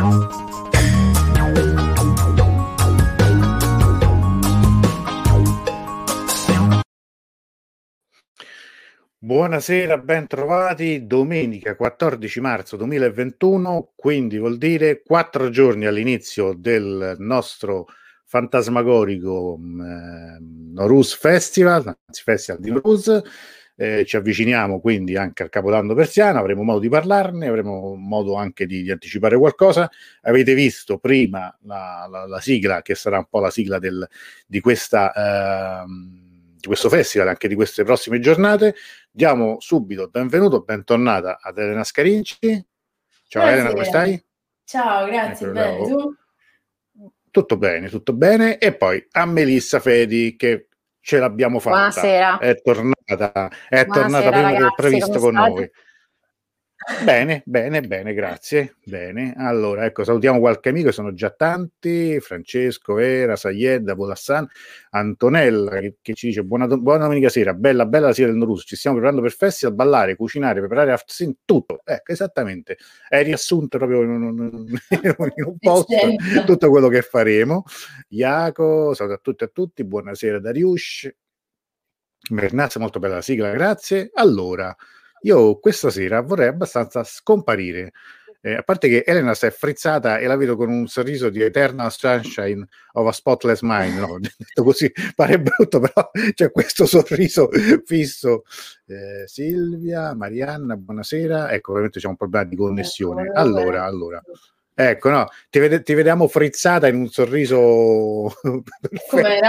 Buonasera, ben trovati. Domenica 14 marzo 2021, quindi vuol dire 4 giorni all'inizio del nostro fantasmagorico Nowruz Festival, anzi Festival di Nowruz. Ci avviciniamo quindi anche al Capodanno persiano, avremo modo di parlarne, avremo modo anche di anticipare qualcosa. Avete visto prima la sigla, che sarà un po' la sigla di questo festival, anche di queste prossime giornate. Diamo subito benvenuto, bentornata ad Elena Scarinci. Ciao. Buonasera. Elena, come stai? Ciao, grazie, bene, tu? Tutto bene. E poi a Melissa Fedi, che ce l'abbiamo fatta. Buonasera. È tornata Buonasera, prima ragazzi, del previsto con state? noi. Bene, grazie. Bene, allora, ecco, salutiamo qualche amico, sono già tanti: Francesco, Vera, Sayed, Volassan, Antonella, che ci dice buona domenica sera, bella la sera del Nowruz, ci stiamo preparando per festival, ballare, cucinare, preparare after scene, tutto. Ecco, esattamente, è riassunto proprio in un posto tutto quello che faremo. Iaco, saluto a tutti, buonasera Dariush, Bernazza, molto bella la sigla, grazie. Allora, io questa sera vorrei abbastanza scomparire, a parte che Elena si è frizzata e la vedo con un sorriso di Eternal Sunshine of a Spotless Mind, no? Detto così pare brutto, però c'è questo sorriso fisso. Silvia, Marianna, buonasera. Ecco, ovviamente c'è un problema di connessione. Allora. Ecco, no, ti vediamo frizzata in un sorriso com'era?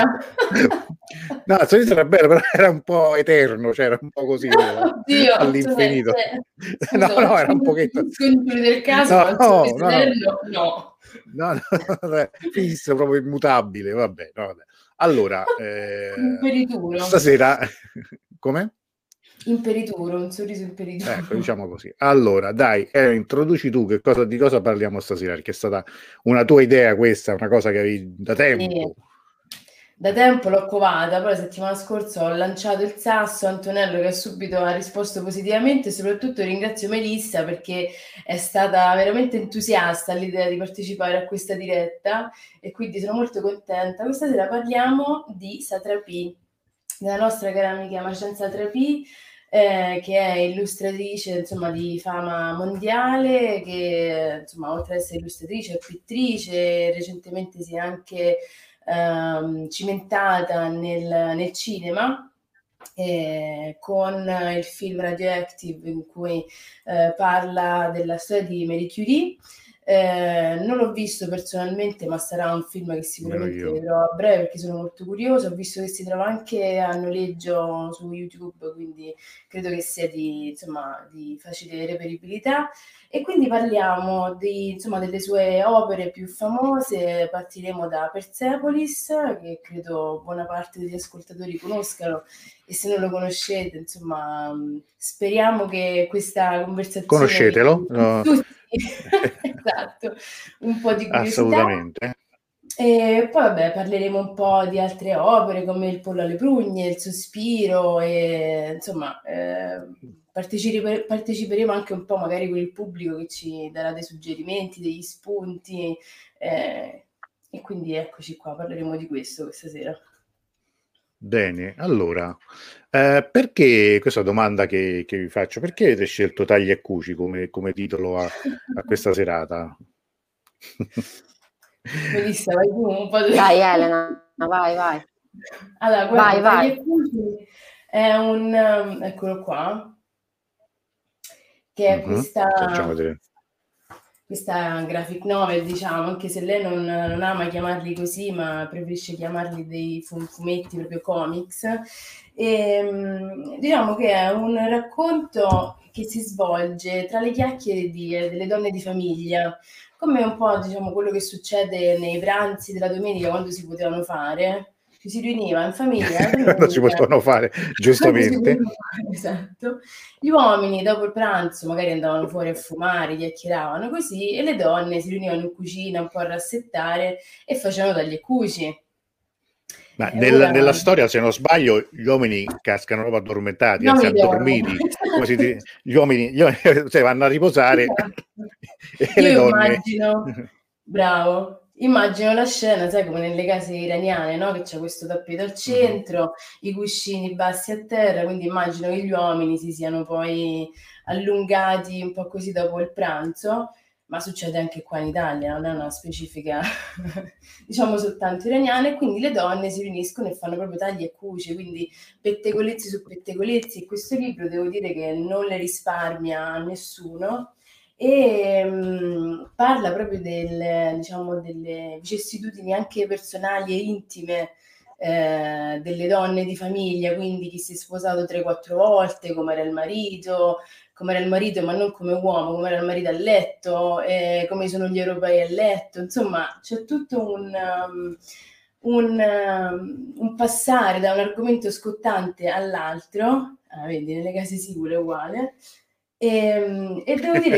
No, il sorriso era bello, però era un po' eterno, cioè era un po' così all'infinito. Scusa, no, era un pochetto del caso, no. Fisso, proprio immutabile, vabbè. Allora, imperituro. Stasera come? Imperituro, un sorriso imperituro. Ecco, diciamo così. Allora, dai, introduci tu di cosa parliamo stasera, perché è stata una tua idea questa, una cosa che avevi da tempo. Da tempo l'ho covata, poi la settimana scorsa ho lanciato il sasso, Antonello che subito ha risposto positivamente, e soprattutto ringrazio Melissa perché è stata veramente entusiasta all'idea di partecipare a questa diretta e quindi sono molto contenta. Questa sera parliamo di Satrapi, della nostra cara amica Macen Satrapi, che è illustratrice, insomma, di fama mondiale, che insomma, oltre ad essere illustratrice è pittrice, recentemente si è anche cimentata nel cinema con il film Radioactive, in cui parla della storia di Marie Curie. Non l'ho visto personalmente, ma sarà un film che sicuramente vedrò a breve perché sono molto curiosa. Ho visto che si trova anche a noleggio su YouTube, quindi credo che sia di facile reperibilità. E quindi parliamo delle sue opere più famose. Partiremo da Persepolis, che credo buona parte degli ascoltatori conoscano, e se non lo conoscete, insomma, speriamo che questa conversazione conoscetelo. Esatto, un po' di curiosità. Assolutamente. E poi vabbè, parleremo un po' di altre opere come Il pollo alle prugne, Il sospiro, e insomma parteciperemo anche un po' magari con il pubblico che ci darà dei suggerimenti, degli spunti, e quindi eccoci qua, parleremo di questo questa sera. Bene, allora, perché, questa domanda che vi faccio, perché avete scelto Taglia e Cuci come titolo a questa serata? Melissa, vai tu un po'. Dai Elena, vai. Allora, guarda, Taglia e Cuci è eccolo qua, che è questa graphic novel, diciamo, anche se lei non ama chiamarli così, ma preferisce chiamarli dei fumetti, proprio comics. E diciamo che è un racconto che si svolge tra le chiacchiere delle donne di famiglia, come un po', diciamo, quello che succede nei pranzi della domenica quando si potevano fare. Si riuniva in famiglia. Non si potevano fare, giustamente. Esatto. Gli uomini dopo il pranzo magari andavano fuori a fumare, chiacchieravano così, e le donne si riunivano in cucina un po' a rassettare e facevano tagli e cuci. Ma Ora nella storia, se non sbaglio, gli uomini cascano proprio addormentati, gli anzi uomini dormono. addormiti, come si dice, gli uomini cioè, vanno a riposare Esatto. e le Io donne... immagino, bravo, immagino la scena, sai, come nelle case iraniane, no? Che c'è questo tappeto al Mhm. centro, i cuscini bassi a terra, quindi immagino che gli uomini si siano poi allungati un po' così dopo il pranzo, ma succede anche qua in Italia, non è una specifica, diciamo, soltanto iraniana, e quindi le donne si riuniscono e fanno proprio tagli e cuci, quindi pettegolezzi su pettegolezzi, e questo libro devo dire che non le risparmia a nessuno e parla proprio diciamo, delle vicissitudini anche personali e intime delle donne di famiglia, quindi chi si è sposato 3-4 volte, come era il marito, ma non come uomo, come era il marito a letto, come sono gli europei a letto, insomma c'è tutto un passare da un argomento scottante all'altro, vedi, nelle case sicure è uguale, e devo dire che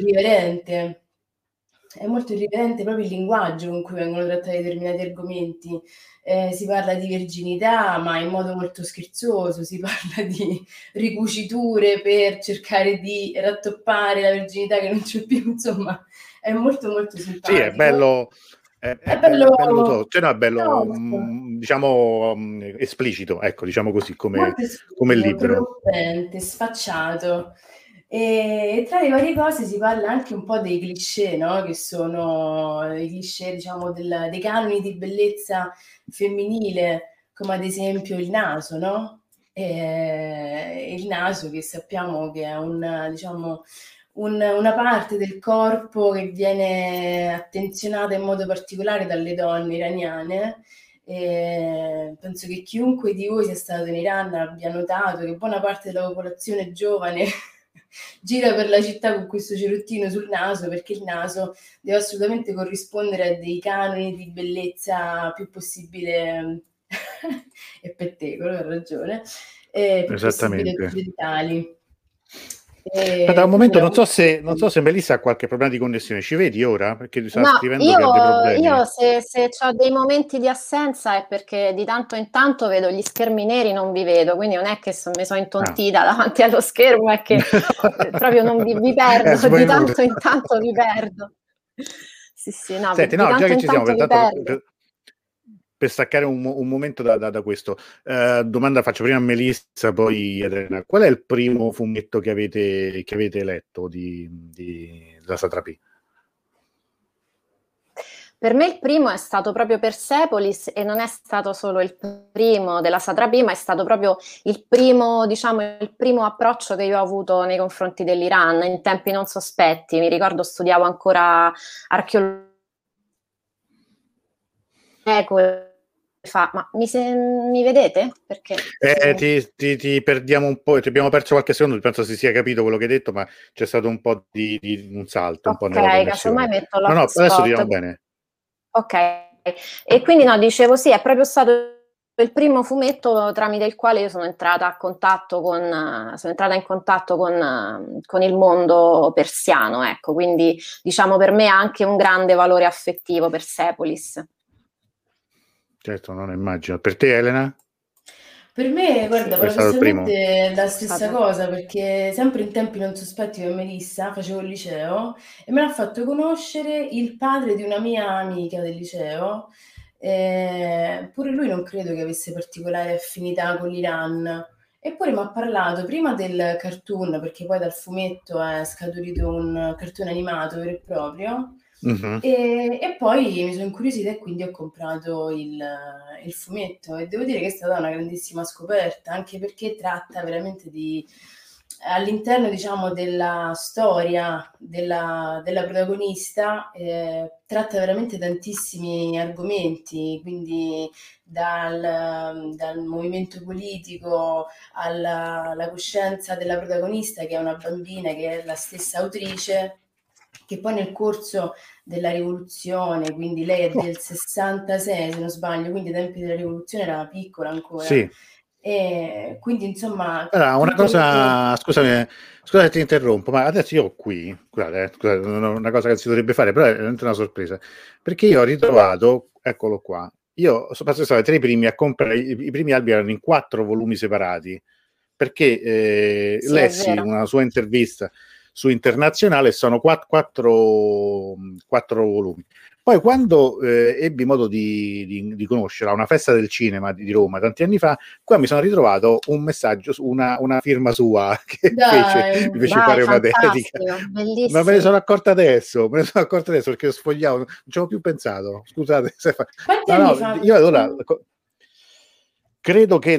è molto irriverente proprio il linguaggio con cui vengono trattati determinati argomenti. Si parla di verginità, ma in modo molto scherzoso, si parla di ricuciture per cercare di rattoppare la verginità che non c'è più, insomma, è molto molto Sì, è simpatico. bello, È è bello, bello cioè, no, è bello, tosto. diciamo, esplicito, ecco, diciamo così, come, Molto come esplicito, libro. prorompente, sfacciato. E tra le varie cose si parla anche un po' dei cliché, no? Che sono i cliché, diciamo, dei canoni di bellezza femminile, come ad esempio il naso, no? Il naso che sappiamo che è diciamo, una parte del corpo che viene attenzionata in modo particolare dalle donne iraniane. Penso che chiunque di voi sia stato in Iran abbia notato che buona parte della popolazione giovane gira per la città con questo cerottino sul naso, perché il naso deve assolutamente corrispondere a dei canoni di bellezza più possibile e pettegolo, ha ragione, più possibile Esattamente. occidentali. Aspetta un Quindi momento, era molto non so se Melissa ha qualche problema di connessione. Ci vedi ora? Perché ti sta No, scrivendo che ha dei problemi. io se ho dei momenti di assenza è perché di tanto in tanto vedo gli schermi neri, non vi vedo, quindi non è che mi sono Ah. intontita davanti allo schermo, è che proprio non vi perdo, di Svenuto. tanto in tanto vi perdo. Sì, sì, no, Senti, di no, già tanto che in ci siamo, tanto vi pertanto, perdo. per staccare un momento da questo, domanda faccio prima a Melissa, poi a Elena. Qual è il primo fumetto che avete letto della Satrapi? Per me il primo è stato proprio Persepolis e non è stato solo il primo della Satrapi, ma è stato proprio il primo, diciamo, il primo approccio che io ho avuto nei confronti dell'Iran in tempi non sospetti. Mi ricordo studiavo ancora archeologia, ma mi vedete? Perché Ti perdiamo un po', ti abbiamo perso qualche secondo, penso si sia capito quello che hai detto, ma c'è stato un po' di un salto, un po' nella ok, casomai connessione. metto No, no, adesso ti diamo l'hotspot. bene. Ok, e quindi no, dicevo sì, è proprio stato il primo fumetto tramite il quale io sono entrata in contatto con il mondo persiano, ecco, quindi diciamo per me ha anche un grande valore affettivo Persepolis. Certo, non immagino. Per te, Elena? Per me, guarda, Qual è stato il primo? paradossalmente è la È stessa stato... cosa, perché sempre in tempi non sospetti con Melissa, facevo il liceo e me l'ha fatto conoscere il padre di una mia amica del liceo. Pure lui non credo che avesse particolari affinità con l'Iran. Eppure mi ha parlato prima del cartoon, perché poi dal fumetto è scaturito un cartone animato vero e proprio. Mhm. E poi mi sono incuriosita e quindi ho comprato il fumetto e devo dire che è stata una grandissima scoperta, anche perché tratta veramente all'interno, diciamo, della storia della protagonista, tratta veramente tantissimi argomenti, quindi dal movimento politico alla coscienza della protagonista, che è una bambina, che è la stessa autrice, che poi nel corso della rivoluzione, quindi lei è del 66 se non sbaglio, quindi ai tempi della rivoluzione era piccola ancora, Sì. e quindi insomma Allora, una tutte queste... cosa, scusami, scusate, ti interrompo, ma adesso io ho qui, scusate, una cosa che si dovrebbe fare, però è veramente una sorpresa, perché io ho ritrovato, eccolo qua, io sono stato tra i primi a comprare, i primi albi erano in 4 volumi separati, perché Sì, è lessi vero. una sua intervista su Internazionale, sono 4 volumi. Poi quando ebbi modo di conoscerla a una festa del cinema di Roma tanti anni fa, qua mi sono ritrovato un messaggio, una firma sua che Dai, mi fece Dai, fare una dedica. fantastico, Ma me ne sono bellissimo. accorta adesso perché sfogliavo, non ci avevo più pensato. Scusate. quanti No, anni no, fa io allora questo? credo che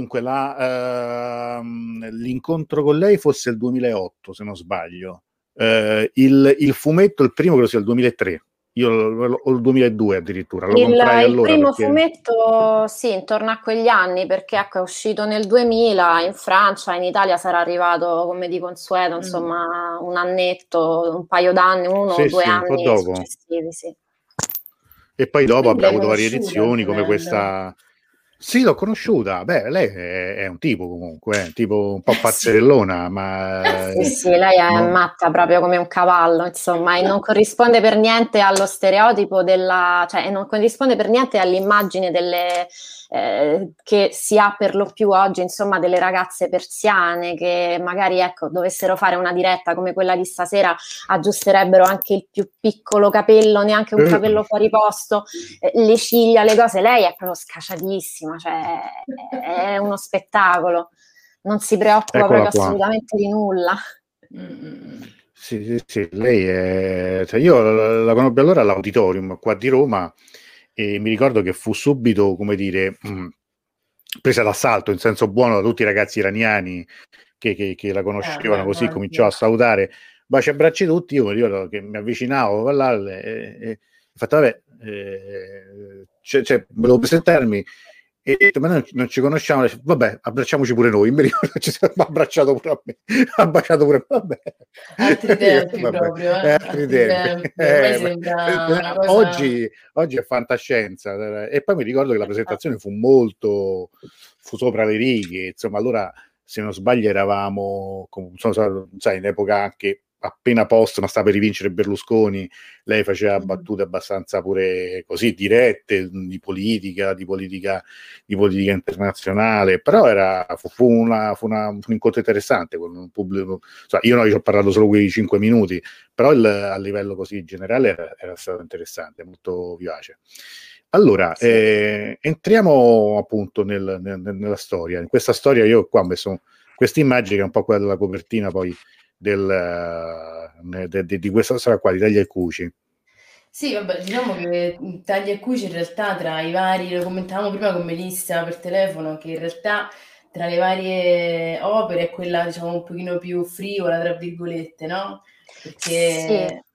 l'incontro con lei fosse il 2008, se non sbaglio. Il fumetto, il primo, credo sia il 2003. Io ho il 2002 addirittura, lo comprai Il allora primo perché... fumetto, sì, intorno a quegli anni, perché ecco, è uscito nel 2000 in Francia, in Italia sarà arrivato come di consueto, Mm. insomma, un annetto, un paio d'anni, 1 o Sì, 2 sì, un po' anni dopo. successivi, sì. E poi dopo Quindi avrà l'hai avuto varie conosciuta edizioni come Antonella? questa. Sì, l'ho conosciuta. Beh, lei è un tipo comunque, è un tipo un po' Sì. pazzerellona, ma Sì, sì, lei è non- matta proprio come un cavallo, insomma, e non corrisponde per niente allo stereotipo cioè, e non corrisponde per niente all'immagine che si ha per lo più oggi, insomma, delle ragazze persiane che magari, ecco, dovessero fare una diretta come quella di stasera, aggiusterebbero anche il più piccolo capello, neanche un capello fuori posto, le ciglia, le cose. Lei è proprio scaciatissima, cioè è uno spettacolo, non si preoccupa Eccola proprio qua. assolutamente di nulla. Sì, sì, sì, lei è... cioè, io la conobbi allora all'Auditorium qua di Roma e mi ricordo che fu subito, come dire, presa d'assalto in senso buono da tutti i ragazzi iraniani che la conoscevano, Beh, così cominciò a immagino. salutare, baci e abbracci tutti. Io mi ricordo che mi avvicinavo a parlarle e ho fatto, vabbè, volevo presentarmi e ho detto, ma noi non ci conosciamo, vabbè, abbracciamoci pure noi. Mi ricordo che ci siamo abbracciato pure a me, ha baciato pure a me, Altri vabbè. tempi proprio, Altri altri tempi. tempi. Ormai sembra una cosa... Oggi è fantascienza. E poi mi ricordo che la presentazione fu sopra le righe, insomma, allora se non sbaglio eravamo, sai, in epoca anche appena post, ma sta per rivincere Berlusconi, lei faceva battute abbastanza pure così dirette di politica internazionale, però fu un incontro interessante con un pubblico, io ci ho parlato solo quei 5 minuti, però a livello così generale era stato interessante, molto vivace. Allora, Sì. entriamo appunto nella storia. In questa storia io qua ho messo questa immagine che è un po' quella della copertina poi di questa storia qua, di Taglia e Cuci. Sì, vabbè, diciamo che Taglia e Cuci in realtà tra i vari, lo commentavamo prima con Melissa per telefono, che in realtà tra le varie opere è quella diciamo un pochino più frivola, tra virgolette, no? Sì. Perché...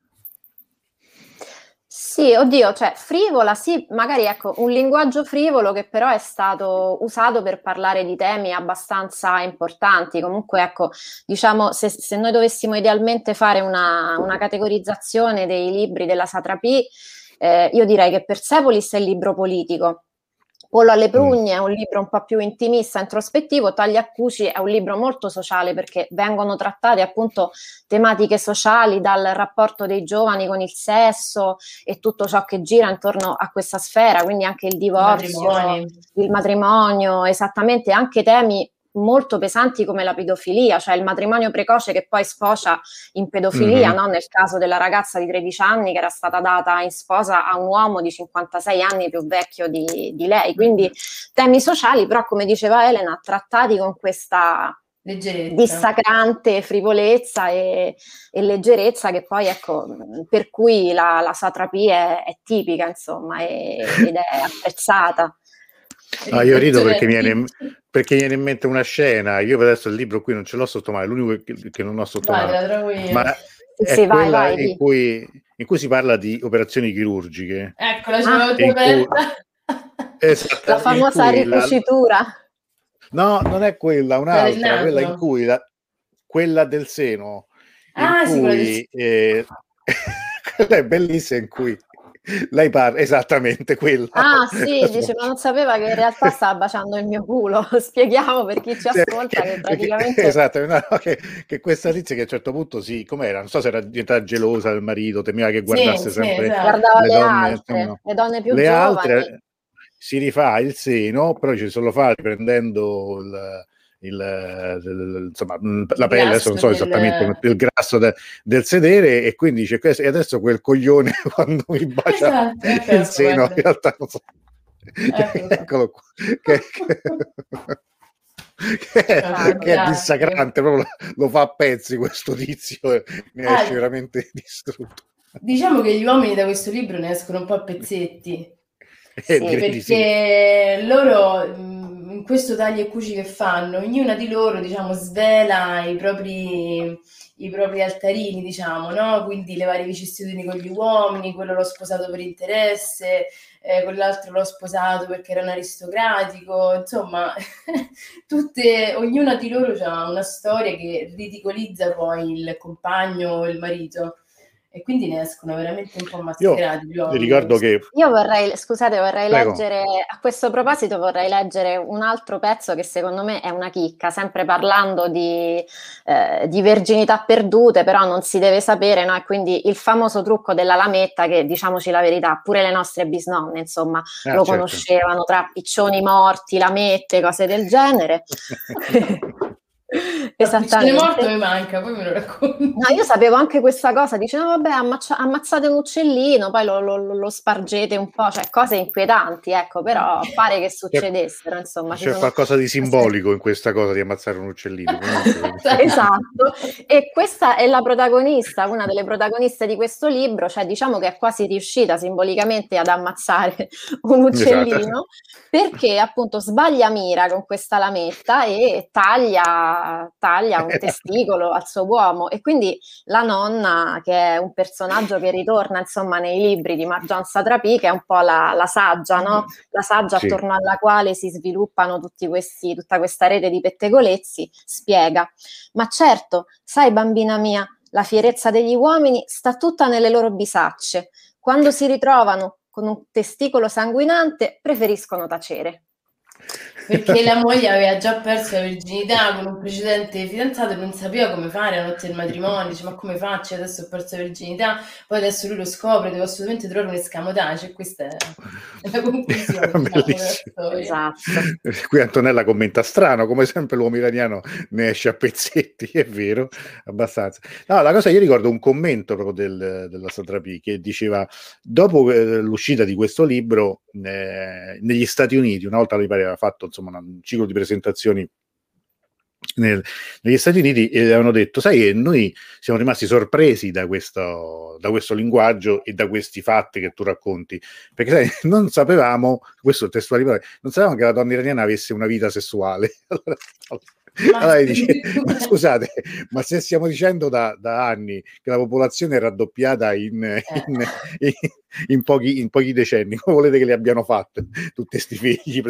Sì, oddio, cioè frivola, sì, magari ecco, un linguaggio frivolo che però è stato usato per parlare di temi abbastanza importanti. Comunque, ecco, diciamo, se noi dovessimo idealmente fare una categorizzazione dei libri della Satrapi, io direi che Persepolis è il libro politico. Pollo alle prugne è un libro un po' più intimista, introspettivo. Tagliaccuci è un libro molto sociale perché vengono trattate appunto tematiche sociali, dal rapporto dei giovani con il sesso e tutto ciò che gira intorno a questa sfera, quindi anche il divorzio, matrimoni. il matrimonio, esattamente, anche temi molto pesanti come la pedofilia, cioè il matrimonio precoce che poi sfocia in pedofilia, no? Nel caso della ragazza di 13 anni che era stata data in sposa a un uomo di 56 anni più vecchio di lei. Quindi temi sociali, però come diceva Elena, trattati con questa Leggerezza. dissacrante frivolezza e leggerezza che poi, ecco, per cui la Satrapi è tipica, insomma, ed è apprezzata. Io rido Attenzione perché a perché mi viene in mente una scena. Io per adesso il libro qui non ce l'ho sotto mano, è l'unico che non ho sotto Vai, te mano, la trovo io. ma Sì, è sì, vai, quella vai, in di. cui si parla di operazioni chirurgiche Eccola, ce Ah, l'avevo e già in cui, aperta. la esatto, in famosa cui ricucitura. no, non è quella, Quella del un'altra, quella in naso. cui quella del seno, in Ah, sì, quella del... cui quella è bellissima, in cui lei parla esattamente quella. Ah, sì, dice, ma non sapeva che in realtà stava baciando il mio culo. Spieghiamo per chi ci Sì, ascolta che praticamente esatto, no, no, che questa tizia che a un certo punto com'era? Non so se era diventata gelosa del marito, temeva che Sì, guardasse sì, sempre esatto. guardava le donne, insomma, le donne più le giovani. altre, si rifà il seno, però se lo fa riprendendo insomma, la pelle, adesso non so esattamente il grasso del sedere, e quindi dice, e adesso quel coglione quando mi bacia il seno, in realtà non so. Eccolo qua. Che è dissacrante, proprio lo fa a pezzi questo tizio, e ne esce veramente distrutto. Diciamo che gli uomini da questo libro ne escono un po' a pezzetti, perché sì. loro in questo tagli e cuci che fanno, ognuna di loro, diciamo, svela i propri altarini, diciamo, no? Quindi le varie vicissitudini con gli uomini, quello l'ho sposato per interesse, quell'altro l'ho sposato perché era un aristocratico, insomma, ognuna di loro ha una storia che ridicolizza poi il compagno o il marito. E quindi ne escono veramente un po' mascherati. Io ricordo che... Io vorrei leggere, a questo proposito vorrei leggere un altro pezzo che secondo me è una chicca, sempre parlando di verginità perdute, però non si deve sapere, no? E quindi il famoso trucco della lametta, che, diciamoci la verità, pure le nostre bisnonne, insomma, lo conoscevano, tra piccioni morti, lamette, cose del genere. Esattamente. Il morto mi manca, poi me lo racconto. No, io sapevo anche questa cosa, dice no vabbè, ammazzate un uccellino, poi lo spargete un po', cioè cose inquietanti, ecco, però pare che succedessero, insomma. C'è qualcosa di simbolico in questa cosa di ammazzare un uccellino. Esatto, e questa è la protagonista, una delle protagoniste di questo libro, cioè diciamo che è quasi riuscita simbolicamente ad ammazzare un uccellino, perché appunto sbaglia mira con questa lametta e taglia un testicolo al suo uomo, e quindi la nonna, che è un personaggio che ritorna insomma nei libri di Marjane Satrapi, che è un po' la saggia, no? La saggia attorno alla quale si sviluppano tutta questa rete di pettegolezzi, spiega: ma certo, sai bambina mia, la fierezza degli uomini sta tutta nelle loro bisacce. Quando si ritrovano con un testicolo sanguinante preferiscono tacere. Perché la moglie aveva già perso la virginità con un precedente fidanzato e non sapeva come fare la notte del matrimonio, dice ma come faccio, adesso ho perso la virginità, poi adesso lui lo scopre, devo assolutamente trovare un escamotage, e questa è la conclusione della storia. Esatto. Qui Antonella commenta: strano, come sempre l'uomo iraniano ne esce a pezzetti, è vero, abbastanza. No, la cosa, io ricordo un commento proprio della Satrapi che diceva, dopo l'uscita di questo libro, negli Stati Uniti, una volta mi pare aveva fatto insomma un ciclo di presentazioni negli Stati Uniti, e avevano detto, sai che noi siamo rimasti sorpresi da questo linguaggio e da questi fatti che tu racconti, perché sai, non sapevamo, questo testuale, non sapevamo che la donna iraniana avesse una vita sessuale. Allora dice, ma scusate, ma se stiamo dicendo da anni che la popolazione è raddoppiata in pochi decenni, come volete che le abbiano fatte tutti questi figli?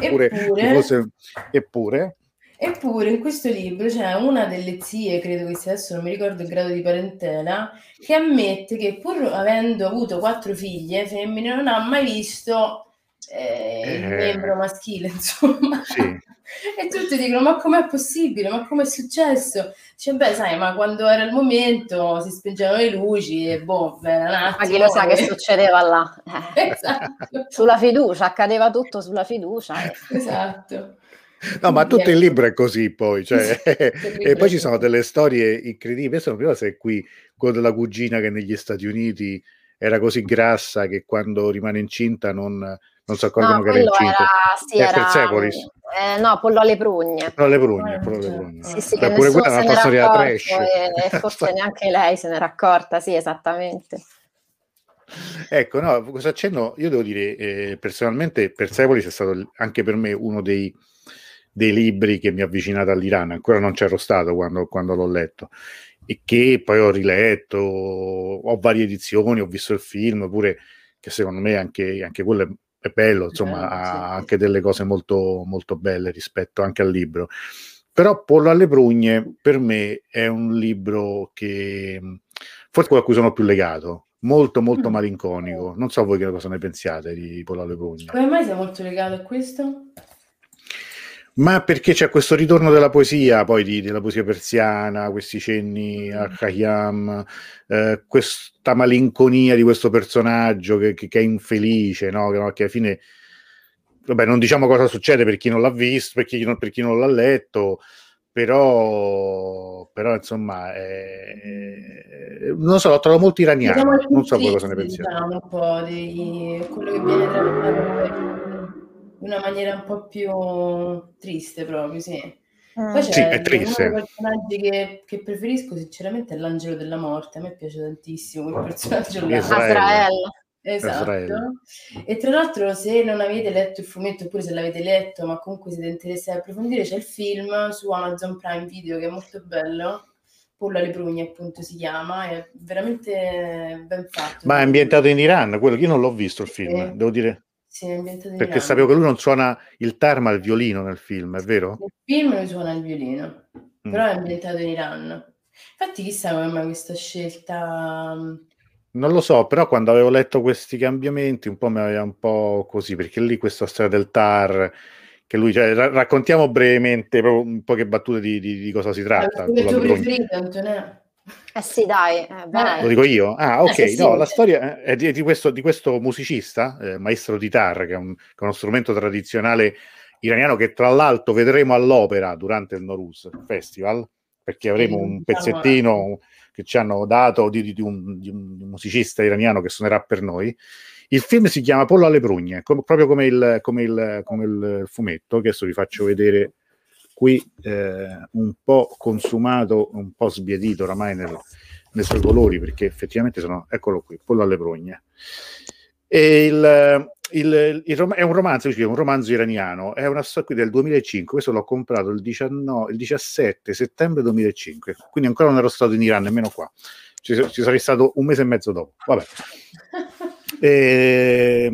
Eppure in questo libro c'è una delle zie, credo che sia, adesso non mi ricordo il grado di parentela, che ammette che pur avendo avuto 4 figlie femmine non ha mai visto il membro maschile, insomma. Sì. E tutti dicono ma com'è possibile, ma com'è successo? Dice beh sai, ma quando era il momento si spengevano le luci e boh, bene, un attimo, ma chi lo sa che succedeva là? Esatto. Sulla fiducia, accadeva tutto sulla fiducia. Esatto. No, ma tutto il libro è così, poi, cioè, e poi ci sono delle storie incredibili. Adesso non mi ricordo se è qui quello della cugina che negli Stati Uniti era così grassa che quando rimane incinta non si accorgono che era incinta. Era Persepolis. No, Pollo alle prugne. Pollo alle prugne. Sì, beh, pure quella è un'altra storia trash. E forse neanche lei se n'era accorta, sì, esattamente. Ecco, no, cosa accenno? Io devo dire, personalmente Persepolis è stato anche per me uno dei libri che mi ha avvicinato all'Iran. Ancora non c'ero stato quando l'ho letto, e che poi ho riletto, ho varie edizioni, ho visto il film pure, che secondo me anche quello è bello, insomma, ha anche delle cose molto, molto belle rispetto anche al libro. Però Pollo alle prugne per me è un libro che forse a cui sono più legato, molto molto malinconico. Non so voi che cosa ne pensiate di Pollo alle prugne. Come mai sei molto legato a questo? Ma perché c'è questo ritorno della poesia, poi della poesia persiana, questi cenni al Khayyam, questa malinconia di questo personaggio che è infelice, no? Che alla fine vabbè, non diciamo cosa succede per chi non l'ha visto, per chi non l'ha letto, però insomma, non so, lo trovo molto Diciamo iraniano, il non più so voi cosa ne triste, pensiate. diciamo, un po' di quello che viene trattato in una maniera un po' più triste proprio, sì. Poi Sì, è c'è uno dei triste. personaggi che preferisco sinceramente è l'angelo della morte, a me piace tantissimo quel personaggio Di là. Israele. Azrael. Esatto. E tra l'altro, se non avete letto il fumetto, oppure se l'avete letto, ma comunque siete interessati a approfondire, c'è il film su Amazon Prime Video che è molto bello. Pollo alle prugne, appunto, si chiama, è veramente ben fatto, Ma è secondo me. ambientato in Iran, quello io non l'ho visto il film, Sì, devo dire, sì, è ambientato in perché Iran. sapevo che lui non suona il tarma al violino nel film, è vero? Nel film lui suona il violino, Mm. però è ambientato in Iran. Infatti, chissà come mai questa scelta. Non lo so, però quando avevo letto questi cambiamenti un po' mi aveva un po' così, perché lì questa storia del TAR, che lui, cioè, raccontiamo brevemente, proprio in poche battute di cosa si tratta. Questo è il Pollo tuo alle Progne. preferito, Antonella? Eh sì, dai, Lo vai. dico io? Ah, ok, Sì, sì. no, la storia è di questo musicista, maestro di tar, che è uno strumento tradizionale iraniano che tra l'altro vedremo all'opera durante il Nowruz Festival, perché avremo Sì, un diciamo, pezzettino che ci hanno dato di un musicista iraniano che suonerà per noi. Il film si chiama Pollo alle prugne, proprio come il fumetto, che adesso vi faccio vedere qui, un po' consumato, un po' sbiadito oramai nei suoi colori, perché effettivamente sono, eccolo qui, Pollo alle progne. E è un romanzo, un romanzo iraniano, è una storia qui del 2005, questo l'ho comprato il 17 settembre 2005, quindi ancora non ero stato in Iran, nemmeno qua, ci sarei stato un mese e mezzo dopo, vabbè. E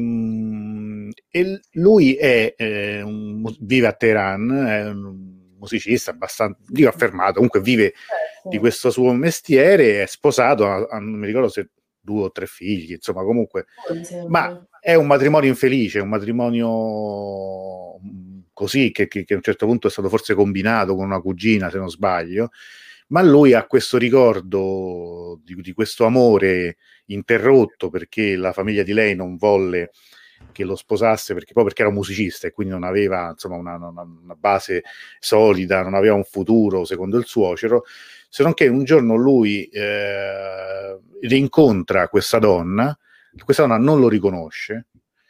lui vive a Teheran, è un musicista abbastanza, dico affermato, comunque vive di questo suo mestiere, è sposato, non mi ricordo se 2 o 3 figli, insomma comunque, ma è un matrimonio infelice, un matrimonio così che a un certo punto è stato forse combinato con una cugina, se non sbaglio, ma lui ha questo ricordo di questo amore interrotto perché la famiglia di lei non volle che lo sposasse proprio perché era un musicista e quindi non aveva insomma una base solida, non aveva un futuro secondo il suocero, se non che un giorno lui rincontra questa donna non lo riconosce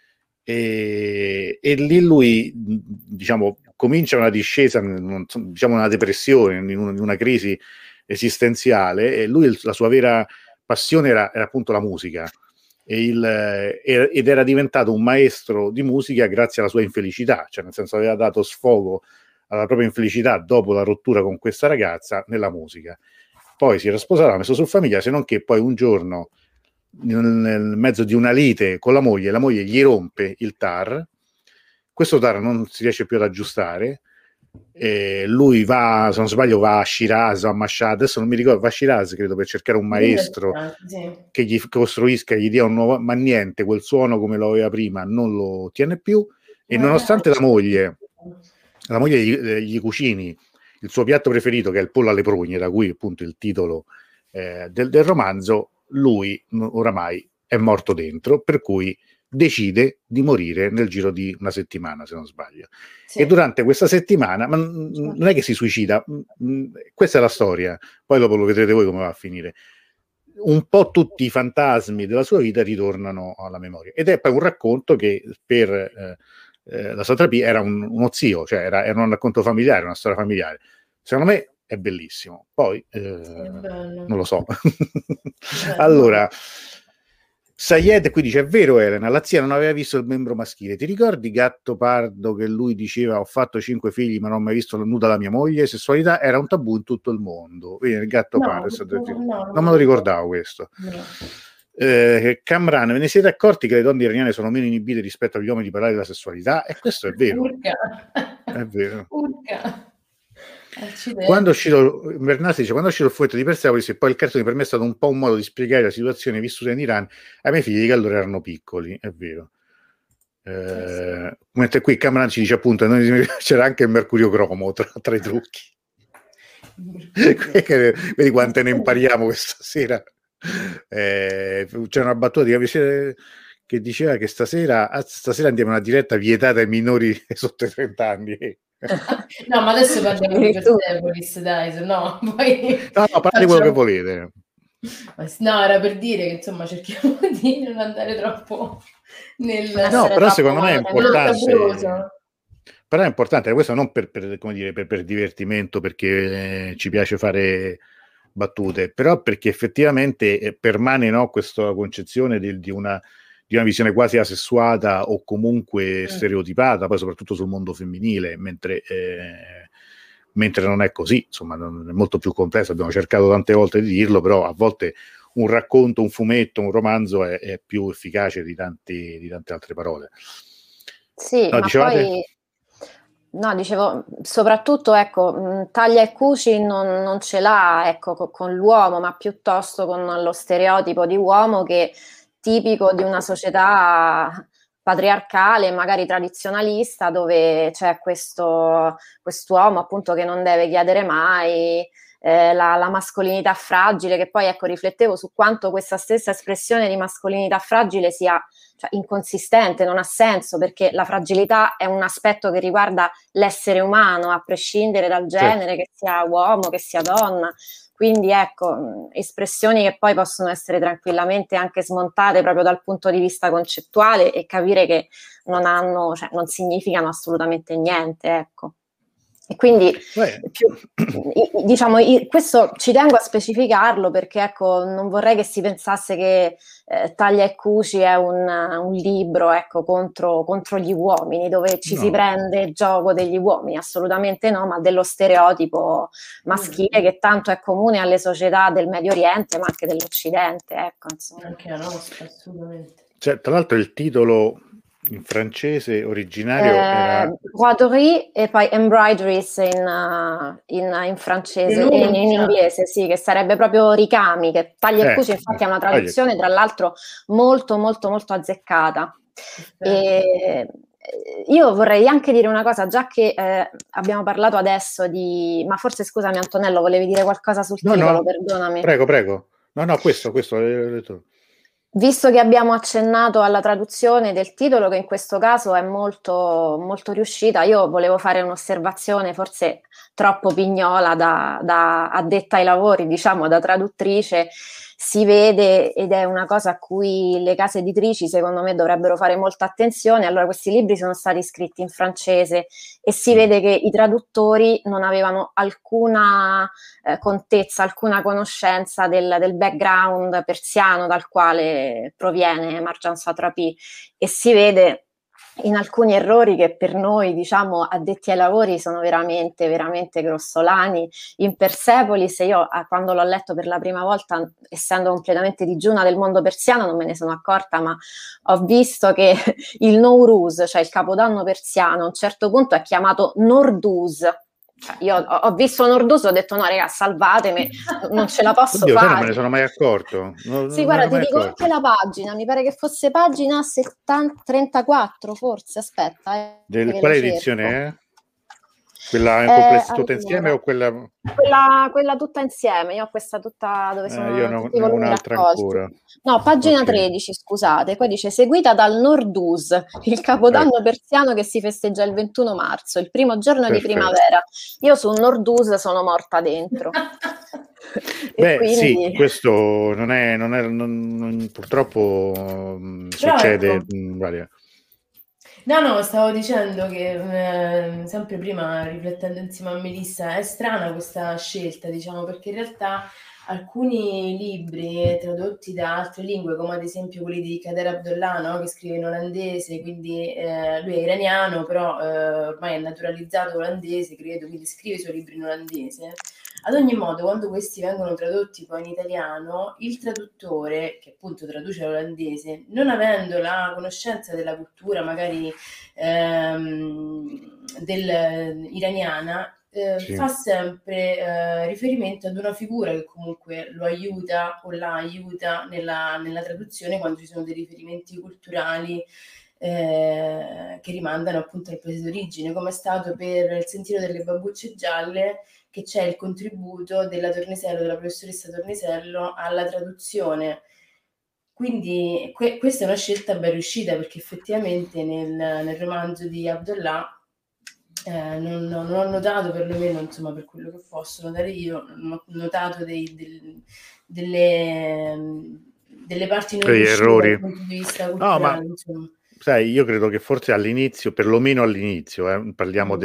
e lì lui diciamo comincia una discesa, diciamo una depressione, in una crisi esistenziale e lui la sua vera passione era appunto la musica ed era diventato un maestro di musica grazie alla sua infelicità, cioè nel senso aveva dato sfogo alla propria infelicità dopo la rottura con questa ragazza nella musica. Poi si era sposato, ha messo su famiglia, se non che poi un giorno nel mezzo di una lite con la moglie gli rompe il tar, questo tar non si riesce più ad aggiustare, lui va, se non sbaglio, va a Shiraz o a Mashhad, adesso non mi ricordo, va a Shiraz credo per cercare un maestro che gli costruisca, gli dia un nuovo, ma niente, quel suono come lo aveva prima non lo tiene più e nonostante la moglie gli cucini il suo piatto preferito che è il pollo alle prugne, da cui appunto il titolo del romanzo, lui oramai è morto dentro, per cui decide di morire nel giro di una settimana, se non sbaglio. Sì. E durante questa settimana, ma non è che si suicida, questa è la storia, poi dopo lo vedrete voi come va a finire. Un po' tutti i fantasmi della sua vita ritornano alla memoria. Ed è poi un racconto che per la Satrapia era uno zio, cioè era un racconto familiare, una storia familiare. Secondo me è bellissimo. Poi non lo so. Allora, Sayed qui dice: è vero, Elena, la zia non aveva visto il membro maschile. Ti ricordi Gattopardo che lui diceva: ho fatto 5 figli, ma non ho mai visto nuda la mia moglie? Sessualità era un tabù in tutto il mondo. Vedi, il Gattopardo non me lo ricordavo questo. Camran, ve ne siete accorti che le donne iraniane sono meno inibite rispetto agli uomini di parlare della sessualità? E questo è vero. È vero. Quando è uscito Bernassi dice: quando è uscito il fumetto di Persepolis e poi il cartone, per me è stato un po' un modo di spiegare la situazione vissuta in Iran ai miei figli che allora erano piccoli. È vero. Mentre qui Cameron ci dice appunto c'era anche il mercurio cromo tra i trucchi. Vedi quante ne impariamo questa sera. C'è una battuta che che diceva che stasera andiamo a una diretta vietata ai minori sotto i 30 anni. No, ma adesso parliamo di Persepolis, dai, se no poi... No, parla di quello che volete. No, era per dire che insomma cerchiamo di non andare troppo nel... No, però secondo me è importante. Però è importante, questo non come dire, per divertimento, perché ci piace fare battute, però perché effettivamente permane, no, questa concezione di una visione quasi asessuata o comunque stereotipata, poi soprattutto sul mondo femminile, mentre non è così, insomma, è molto più complesso. Abbiamo cercato tante volte di dirlo, però a volte un racconto, un fumetto, un romanzo è più efficace di tante altre parole. Sì, no, ma poi... No, dicevo, soprattutto, ecco, Taglia e Cuci non ce l'ha, ecco, con l'uomo, ma piuttosto con lo stereotipo di uomo che tipico di una società patriarcale, magari tradizionalista, dove c'è quest'uomo appunto che non deve chiedere mai, la mascolinità fragile, che poi, ecco, riflettevo su quanto questa stessa espressione di mascolinità fragile sia, cioè, inconsistente, non ha senso, perché la fragilità è un aspetto che riguarda l'essere umano, a prescindere dal genere, che sia uomo, che sia donna. Quindi ecco, espressioni che poi possono essere tranquillamente anche smontate proprio dal punto di vista concettuale e capire che non significano assolutamente niente, ecco. E quindi diciamo, questo ci tengo a specificarlo, perché ecco, non vorrei che si pensasse che Taglia e Cuci è un libro, ecco, contro gli uomini, dove ci si prende gioco degli uomini, assolutamente no, ma dello stereotipo maschile che tanto è comune alle società del Medio Oriente, ma anche dell'Occidente, ecco, insomma. Anche la nostra, assolutamente. Cioè, tra l'altro il titolo in francese originario era broderie e poi embroideries in francese e in inglese, sì, che sarebbe proprio ricami, che Taglia e Cuci infatti è una traduzione tra l'altro molto molto molto azzeccata. E io vorrei anche dire una cosa, già che abbiamo parlato adesso ma forse scusami Antonello, volevi dire qualcosa sul titolo, perdonami. Prego. No, questo l'ho detto. Visto che abbiamo accennato alla traduzione del titolo, che in questo caso è molto, molto riuscita, io volevo fare un'osservazione forse troppo pignola da addetta ai lavori, diciamo da traduttrice. Si vede, ed è una cosa a cui le case editrici secondo me dovrebbero fare molta attenzione. Allora, questi libri sono stati scritti in francese e si vede che i traduttori non avevano alcuna contezza, alcuna conoscenza del background persiano dal quale proviene Marjan Satrapi, e si vede in alcuni errori che per noi, diciamo, addetti ai lavori sono veramente, veramente grossolani. In Persepolis, io quando l'ho letto per la prima volta, essendo completamente digiuna del mondo persiano, non me ne sono accorta, ma ho visto che il Nowruz, cioè il capodanno persiano, a un certo punto è chiamato Norduz. Io ho visto Norduz e ho detto no raga, salvatemi, non ce la posso fare. Non me ne sono mai accorto. Sì, guarda, ti dico anche la pagina, mi pare che fosse pagina 34 forse, aspetta. Quale edizione è? Quella tutta insieme o quella... Quella tutta insieme, io ho questa tutta dove sono io tutti i volumi raccolti. Ancora. No, pagina 13, scusate, poi dice seguita dal Norduz, il capodanno persiano che si festeggia il 21 marzo, il primo giorno di primavera. Io su Norduz sono morta dentro. Beh, quindi... sì, questo purtroppo succede. Ecco. No, stavo dicendo che sempre prima, riflettendo insieme a Melissa, è strana questa scelta, diciamo, perché in realtà alcuni libri tradotti da altre lingue, come ad esempio quelli di Kader Abdollah, no? Che scrive in olandese, quindi lui è iraniano, però ormai è naturalizzato olandese, credo, quindi scrive i suoi libri in olandese. Ad ogni modo, quando questi vengono tradotti poi in italiano, il traduttore, che appunto traduce l'olandese, non avendo la conoscenza della cultura magari iraniana, fa sempre riferimento ad una figura che comunque lo aiuta o la aiuta nella traduzione, quando ci sono dei riferimenti culturali che rimandano appunto al paese d'origine, come è stato per Il sentiero delle babbucce gialle, che c'è il contributo della professoressa Tornesello alla traduzione Quindi questa è una scelta ben riuscita, perché effettivamente nel romanzo di Abdullah non ho notato, perlomeno insomma per quello che posso notare io, non ho notato delle parti non degli riuscite dal errori. punto di vista No, ma culturale, insomma. sai, io credo che forse all'inizio, perlomeno all'inizio, parliamo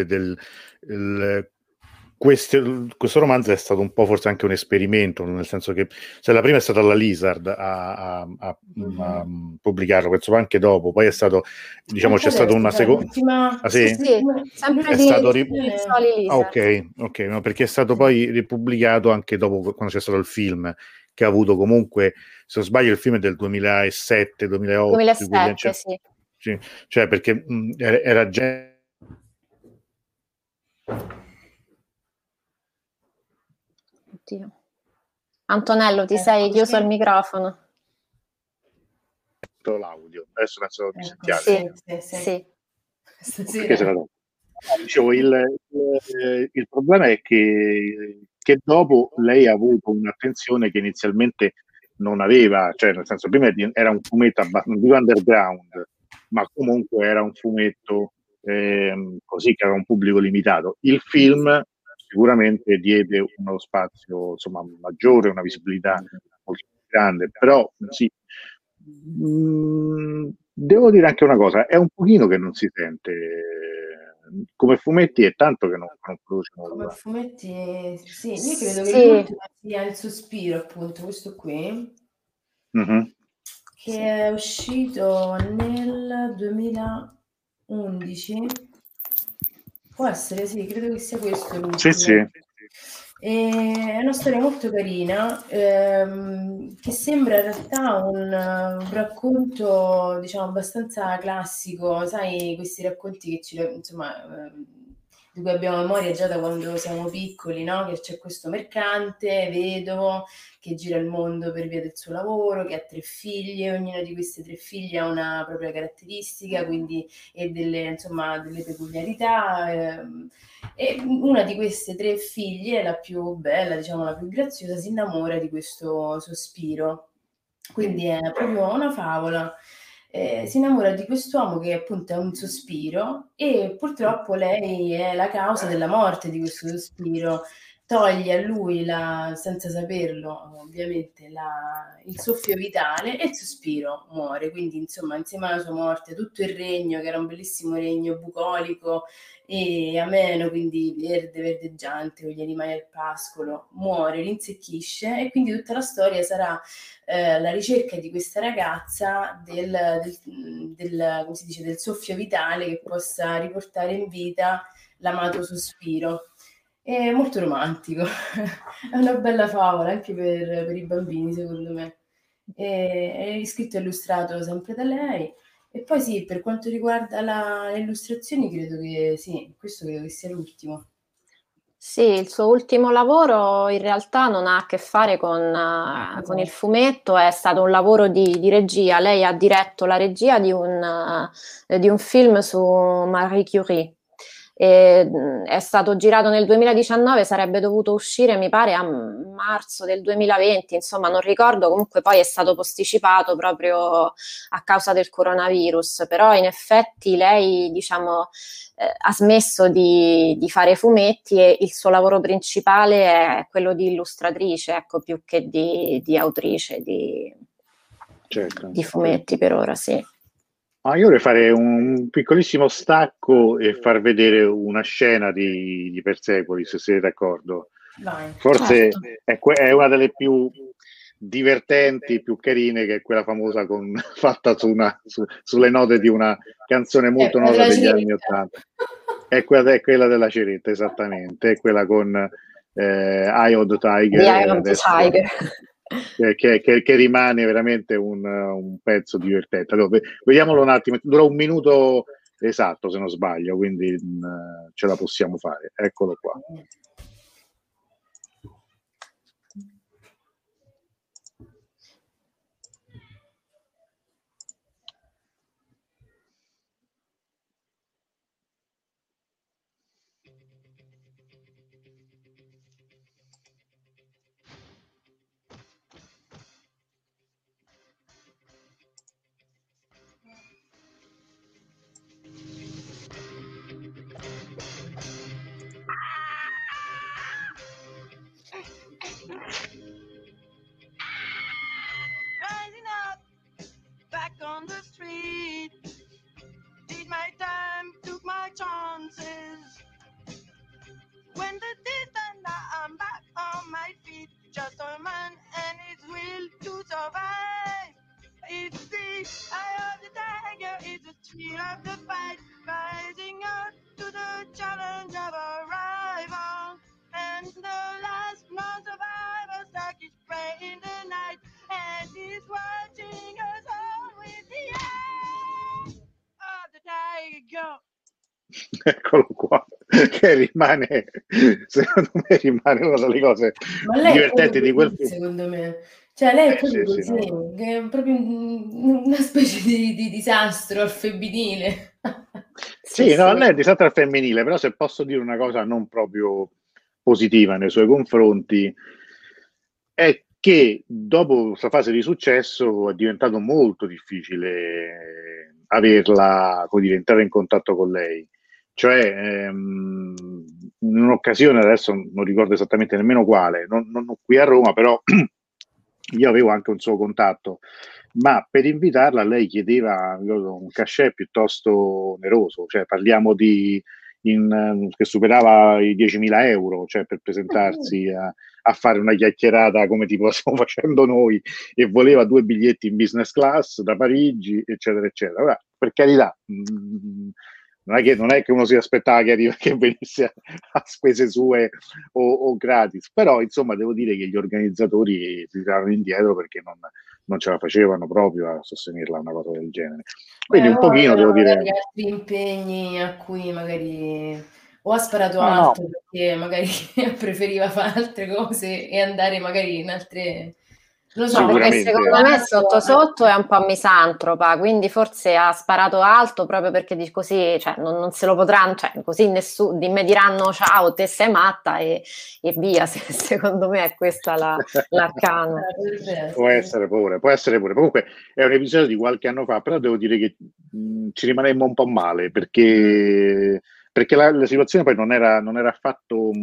questo romanzo è stato un po' forse anche un esperimento, nel senso che la prima è stata la Lizard a pubblicarlo, penso anche dopo, poi è stato, diciamo, c'è stata una seconda. Ah, sì, sì? sì, sempre È di stato Soli Lizard. ok, no, perché è stato poi ripubblicato anche dopo, quando c'è stato il film, che ha avuto comunque, se non sbaglio il film è del 2007, 2008, 2007, sì. sì, cioè perché era già. Oddio. Antonello, ti sei chiuso il microfono? L'audio, adesso penso mi Sì, sentiate. sì. Stasera. Dicevo, il problema è che dopo lei ha avuto un'attenzione che inizialmente non aveva, cioè nel senso prima era un fumetto non dico underground, ma comunque era un fumetto così che aveva un pubblico limitato. Il film sicuramente diede uno spazio insomma maggiore, una visibilità molto più grande, però sì. Devo dire anche una cosa, è un pochino che non si sente come fumetti, è tanto che non produce Come nulla. fumetti, sì, io credo che Sì, l'ultimo sia Il Sospiro, appunto, questo qui, Mhm. che è uscito nel 2011. Può essere, sì, credo che sia questo Sì, l'ultimo. sì. È una storia molto carina, che sembra in realtà un racconto, diciamo, abbastanza classico, sai, questi racconti che insomma, di cui abbiamo memoria già da quando siamo piccoli, no? Che c'è questo mercante vedovo che gira il mondo per via del suo lavoro, che ha 3 figlie, ognuna di queste 3 figlie ha una propria caratteristica, quindi e insomma, delle peculiarità. E una di queste 3 figlie, la più bella, diciamo la più graziosa, si innamora di questo Sospiro. Quindi è proprio una favola. Si innamora di quest'uomo che appunto è un sospiro e purtroppo lei è la causa della morte di questo sospiro. Toglie a lui, senza saperlo, ovviamente, il soffio vitale e il sospiro muore. Quindi, insomma, insieme alla sua morte, tutto il regno, che era un bellissimo regno bucolico e ameno, quindi verde, verdeggiante, con gli animali al pascolo, muore, rinsecchisce e quindi tutta la storia sarà la ricerca di questa ragazza come si dice, del soffio vitale che possa riportare in vita l'amato sospiro. È molto romantico, è una bella favola anche per i bambini, secondo me. È scritto e illustrato sempre da lei. E poi sì, per quanto riguarda le illustrazioni, credo che sì, questo credo che sia l'ultimo. sì, il suo ultimo lavoro in realtà non ha a che fare con il fumetto, è stato un lavoro di regia. Lei ha diretto la regia di un film su Marie Curie. È stato girato nel 2019, sarebbe dovuto uscire, mi pare, a marzo del 2020, insomma, non ricordo, comunque poi è stato posticipato proprio a causa del coronavirus, però in effetti lei, diciamo, ha smesso di fare fumetti e il suo lavoro principale è quello di illustratrice, ecco, più che di autrice Certo. di fumetti per ora, sì. Io vorrei fare un piccolissimo stacco e far vedere una scena di Persepolis, se siete d'accordo. Vai. Forse Certo. è una delle più divertenti, più carine, che è quella famosa fatta sulle note di una canzone molto Quella nota della degli anni Cinetta. '80. È quella della Ceretta, esattamente, è quella con Eye of the The Tiger Eye of the adesso, Tiger. che rimane veramente un pezzo divertente. Allora, vediamolo un attimo, dura 1 minuto esatto se non sbaglio, quindi ce la possiamo fare. Eccolo qua. She loved to fight, rising up to the challenge of a rival. And the last non-survivor stuck his prey in the night, and he's watching us all with the eye of the tiger go. Eccolo qua, che rimane, secondo me rimane una delle cose divertenti di quel film. Secondo me, cioè lei è proprio sì, così, no. che è proprio una specie di disastro al femminile. Sì, no, lei è disastro al femminile, però se posso dire una cosa non proprio positiva nei suoi confronti, è che dopo questa fase di successo è diventato molto difficile averla, come dire, entrare in contatto con lei. Cioè, in un'occasione, adesso non ricordo esattamente nemmeno quale, non qui a Roma, però io avevo anche un suo contatto, ma per invitarla lei chiedeva un cachet piuttosto oneroso, cioè parliamo di che superava i 10.000 euro, cioè per presentarsi a fare una chiacchierata come tipo stiamo facendo noi, e voleva 2 biglietti in business class da Parigi, eccetera, eccetera. Ora, per carità, non è che uno si aspettava che venisse a spese sue o gratis, però insomma devo dire che gli organizzatori si tirarono indietro perché non ce la facevano proprio a sostenerla una cosa del genere. Quindi un pochino devo dire altri impegni a cui magari o ha sparato No, alto no. perché magari preferiva fare altre cose e andare magari in altre, non so, perché Sicuramente. secondo me sotto sotto è un po' misantropa, quindi forse ha sparato alto proprio perché così, cioè, non se lo potranno, cioè, così mi diranno ciao, te sei matta e via. Secondo me è questa l'arcano. Può essere pure. Comunque è un episodio di qualche anno fa, però devo dire che ci rimanemmo un po' male perché la situazione poi non era affatto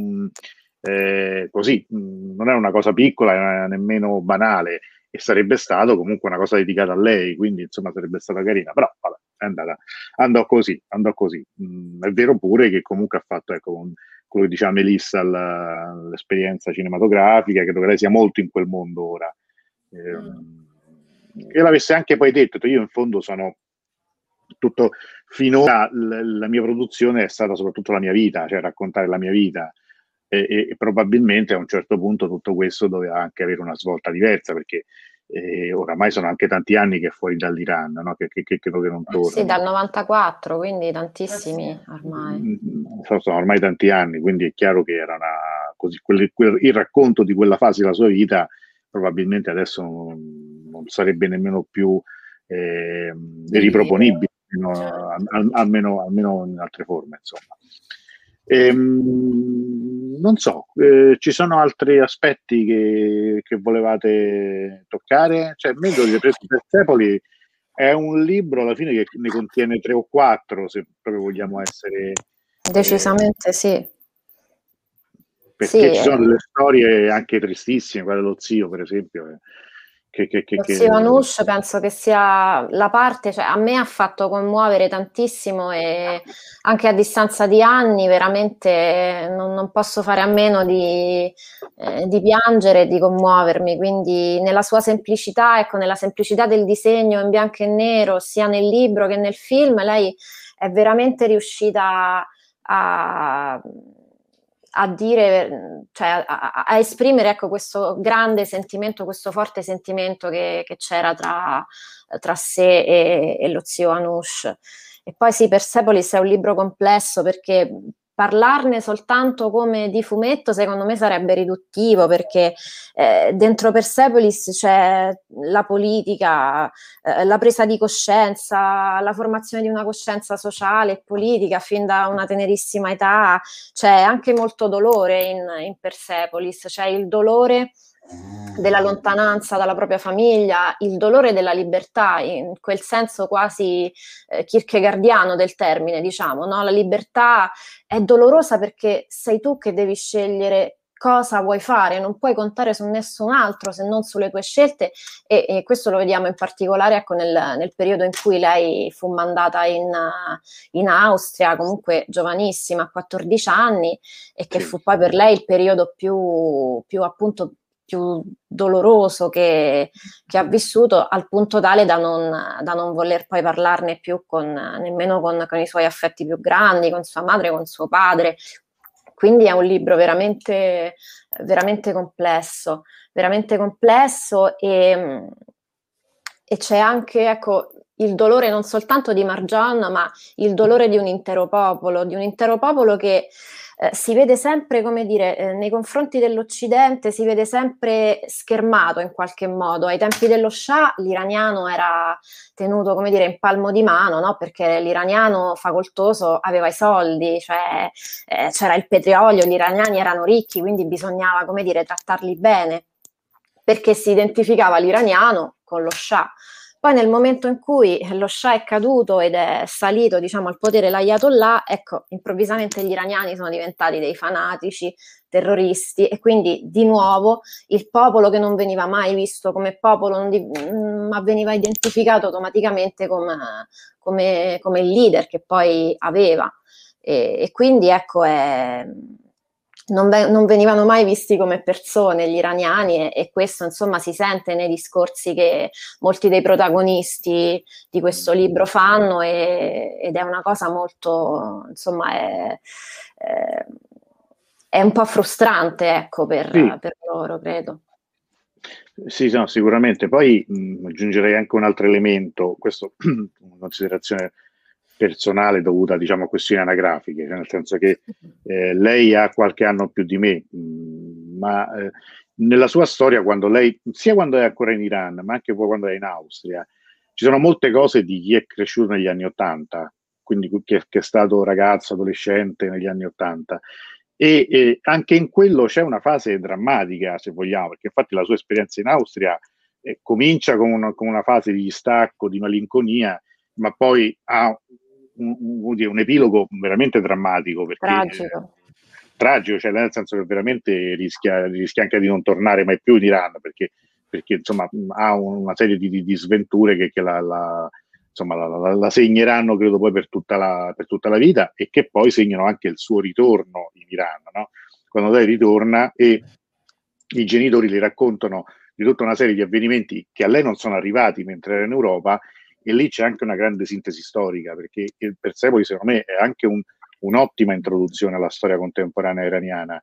così, non era una cosa piccola, era nemmeno banale, e sarebbe stato comunque una cosa dedicata a lei, quindi insomma sarebbe stata carina, però vabbè, andò così. È vero pure che comunque ha fatto, ecco, quello che diceva Melissa, l'esperienza cinematografica, credo che lei sia molto in quel mondo ora. Che l'avesse anche poi detto, io in fondo sono tutto, finora la mia produzione è stata soprattutto la mia vita, cioè raccontare la mia vita, e probabilmente a un certo punto tutto questo doveva anche avere una svolta diversa, perché oramai sono anche tanti anni che è fuori dall'Iran, no? che credo che non torni. Sì, dal 94, quindi tantissimi ormai. Sono ormai tanti anni, quindi è chiaro che era così, il racconto di quella fase della sua vita probabilmente adesso non sarebbe nemmeno più riproponibile, no? Almeno in altre forme, insomma. Non so, ci sono altri aspetti che volevate toccare? Cioè, Persepoli è un libro alla fine che ne contiene 3 o 4, se proprio vogliamo essere decisamente sì. Perché sì, ci sono delle storie anche tristissime, quella dello zio, per esempio. Lo zio Anush penso che sia la parte, cioè a me ha fatto commuovere tantissimo, e anche a distanza di anni veramente non posso fare a meno di piangere e di commuovermi. Quindi nella sua semplicità, ecco, nella semplicità del disegno in bianco e nero, sia nel libro che nel film, lei è veramente riuscita a dire, cioè a esprimere, ecco, questo grande sentimento, questo forte sentimento che c'era tra sé e lo zio Anush. E poi sì, Persepolis è un libro complesso, perché parlarne soltanto come di fumetto secondo me sarebbe riduttivo, perché dentro Persepolis c'è la politica, la presa di coscienza, la formazione di una coscienza sociale e politica fin da una tenerissima età. C'è anche molto dolore in Persepolis, c'è il dolore della lontananza dalla propria famiglia, il dolore della libertà, in quel senso quasi kierkegaardiano del termine, diciamo, no? La libertà è dolorosa perché sei tu che devi scegliere cosa vuoi fare, non puoi contare su nessun altro se non sulle tue scelte, e questo lo vediamo in particolare, ecco, nel periodo in cui lei fu mandata in Austria, comunque giovanissima, a 14 anni, e che fu poi per lei il periodo più appunto più doloroso che ha vissuto, al punto tale da non voler poi parlarne più nemmeno con i suoi affetti più grandi, con sua madre, con suo padre. Quindi è un libro veramente, veramente complesso e c'è anche, ecco, il dolore non soltanto di Marjan, ma il dolore di un intero popolo che si vede sempre, come dire, nei confronti dell'Occidente si vede sempre schermato in qualche modo. Ai tempi dello Shah l'iraniano era tenuto, come dire, in palmo di mano, no? Perché l'iraniano facoltoso aveva i soldi, cioè c'era il petrolio, gli iraniani erano ricchi, quindi bisognava, come dire, trattarli bene, perché si identificava l'iraniano con lo Shah. Poi nel momento in cui lo Shah è caduto ed è salito, diciamo, al potere l'Ayatollah, ecco, improvvisamente gli iraniani sono diventati dei fanatici, terroristi, e quindi di nuovo il popolo, che non veniva mai visto come popolo, ma veniva identificato automaticamente come il leader che poi aveva. E quindi ecco, non venivano mai visti come persone gli iraniani, e questo insomma si sente nei discorsi che molti dei protagonisti di questo libro fanno, ed è una cosa molto, insomma, è un po' frustrante, ecco, per loro, credo. Sì, no, sicuramente. Poi aggiungerei anche un altro elemento, questo una considerazione personale dovuta, diciamo, a questioni anagrafiche, nel senso che lei ha qualche anno più di me, ma nella sua storia, sia quando è ancora in Iran, ma anche poi quando è in Austria, ci sono molte cose di chi è cresciuto negli anni '80, quindi che è stato ragazzo, adolescente negli anni '80. E anche in quello c'è una fase drammatica, se vogliamo, perché infatti la sua esperienza in Austria comincia con una fase di stacco, di malinconia, ma poi ha un epilogo veramente drammatico, perché tragico, cioè nel senso che veramente rischia anche di non tornare mai più in Iran, perché insomma ha una serie di sventure che la segneranno, credo, poi per tutta la vita, e che poi segnano anche il suo ritorno in Iran, no? Quando lei ritorna e i genitori le raccontano di tutta una serie di avvenimenti che a lei non sono arrivati mentre era in Europa, e lì c'è anche una grande sintesi storica, perché il Persepoli, secondo me, è anche un'ottima introduzione alla storia contemporanea iraniana,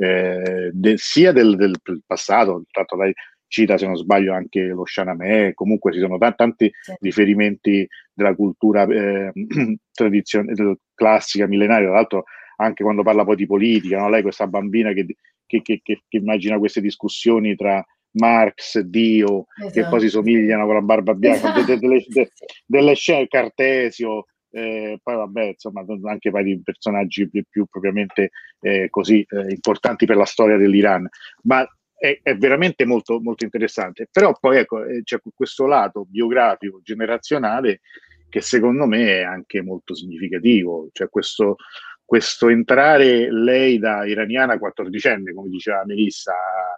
sia del passato. Tanto lei cita, se non sbaglio, anche lo Shahnameh, comunque ci sono tanti riferimenti della cultura tradizionale, classica, millenaria. Tra l'altro anche quando parla poi di politica, no? Lei, questa bambina che immagina queste discussioni tra Marx e Dio, che poi si somigliano con la barba bianca, delle scene, Cartesio, poi vabbè, insomma, anche poi di personaggi più propriamente così importanti per la storia dell'Iran, ma è veramente molto, molto interessante. Però poi ecco, c'è questo lato biografico, generazionale, che secondo me è anche molto significativo, cioè questo entrare lei da iraniana 14enne, come diceva Melissa,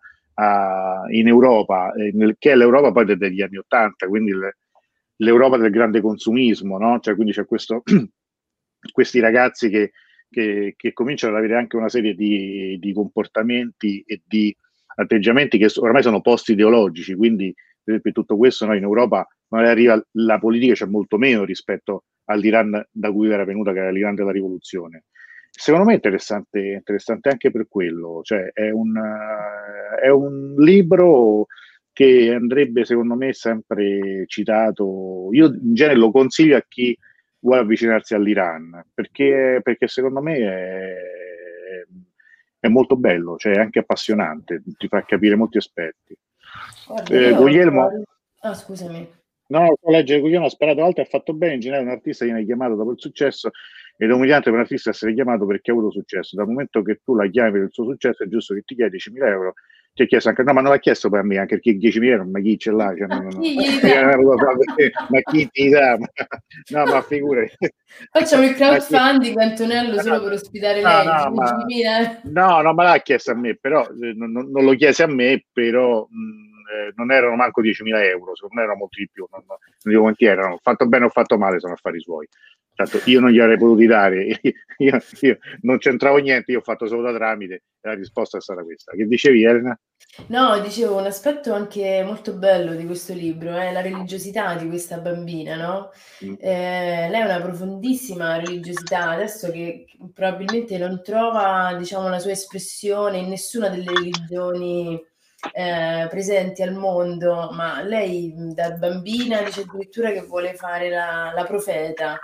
in Europa, che è l'Europa poi degli anni '80, quindi l'Europa del grande consumismo, no? Cioè, quindi c'è questi ragazzi che cominciano ad avere anche una serie di comportamenti e di atteggiamenti che ormai sono post-ideologici, quindi per esempio tutto questo noi in Europa, quando arriva la politica, c'è molto meno rispetto all'Iran da cui era venuta, che era l'Iran della rivoluzione. Secondo me è interessante anche per quello, cioè è un libro che andrebbe, secondo me, sempre citato. Io in genere lo consiglio a chi vuole avvicinarsi all'Iran, perché secondo me è molto bello, cioè è anche appassionante, ti fa capire molti aspetti. Guglielmo, scusami. No, leggere Guglielmo ha sparato alto e ha fatto bene. In generale un artista viene chiamato dopo il successo, ed è umiliante per un artista essere chiamato perché ha avuto successo. Dal momento che tu la chiami per il suo successo, è giusto che ti chiedi 10.000 euro. Ti ha chiesto anche, no, ma non l'ha chiesto per me, anche perché 10.000 euro, ma chi ce l'ha? Cioè, ma chi ti dà? No, ma figurati. Facciamo il crowdfunding, Antonello, solo per ospitare lei. No, ma l'ha chiesto a me, però non lo chiese a me, però non erano manco 10.000 euro, secondo me erano molti di più, non dico quanti erano. Fatto bene o fatto male sono affari suoi. Tanto io non gli avrei potuti dare, io non c'entravo niente, io ho fatto solo da tramite, e la risposta è stata questa. Che dicevi, Elena? No, dicevo, un aspetto anche molto bello di questo libro è la religiosità di questa bambina, no? Mm. Lei ha una profondissima religiosità, adesso che probabilmente non trova, diciamo, la sua espressione in nessuna delle religioni presenti al mondo, ma lei da bambina dice addirittura che vuole fare la profeta.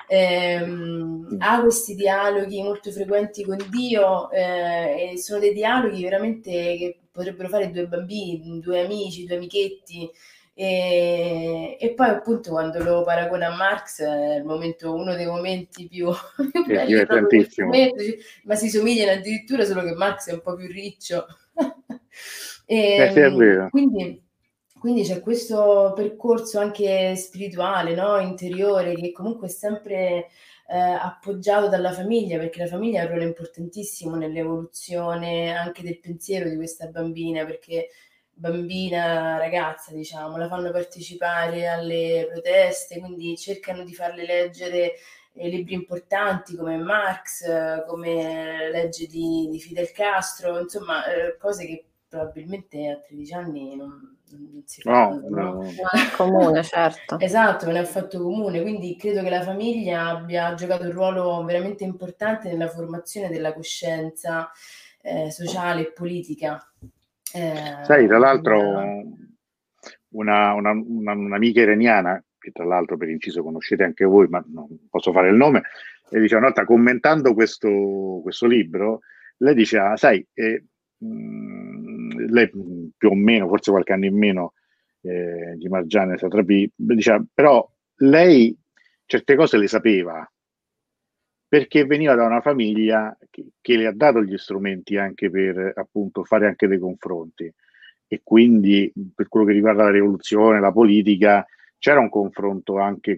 Ha questi dialoghi molto frequenti con Dio e sono dei dialoghi veramente che potrebbero fare due bambini, due amici, due amichetti. E poi appunto quando lo paragona a Marx è uno dei momenti più, più È belli proprio del divertentissimo. fumetto, ma si somigliano addirittura, solo che Marx è un po' più riccio. Sì, è vero. Quindi c'è questo percorso anche spirituale, no? Interiore, che comunque è sempre appoggiato dalla famiglia, perché la famiglia ha un ruolo importantissimo nell'evoluzione anche del pensiero di questa bambina, perché bambina, ragazza, diciamo, la fanno partecipare alle proteste, quindi cercano di farle leggere libri importanti come Marx, come la legge di Fidel Castro, insomma, cose che probabilmente a 13 anni non si No, fanno, no? no. Non è comune, certo. Esatto, non è affatto comune, quindi credo che la famiglia abbia giocato un ruolo veramente importante nella formazione della coscienza sociale e politica. Sai, tra l'altro, Della- un'amica iraniana, che tra l'altro per inciso conoscete anche voi, ma non posso fare il nome, e diceva, una volta commentando questo libro, lei diceva, sai, lei più o meno, forse qualche anno in meno di Margiane Satrapi, diceva, però lei certe cose le sapeva, perché veniva da una famiglia che le ha dato gli strumenti anche per appunto fare anche dei confronti e quindi per quello che riguarda la rivoluzione, la politica, c'era un confronto anche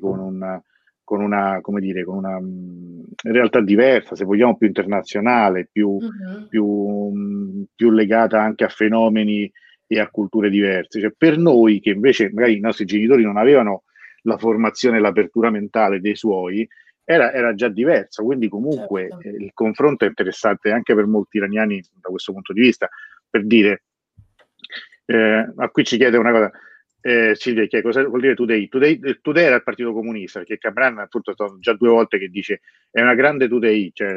come dire, con una realtà diversa, se vogliamo più internazionale, Mhm. più legata anche a fenomeni e a culture diverse. Cioè, per noi che invece magari i nostri genitori non avevano la formazione e l'apertura mentale dei suoi, era già diverso, quindi comunque Certo. il confronto è interessante anche per molti iraniani da questo punto di vista, per dire, ma qui ci chiede una cosa, Silvia, che cosa vuol dire Today? Today era il Partito Comunista, perché Camran appunto già 2 volte che dice è una grande Today, cioè,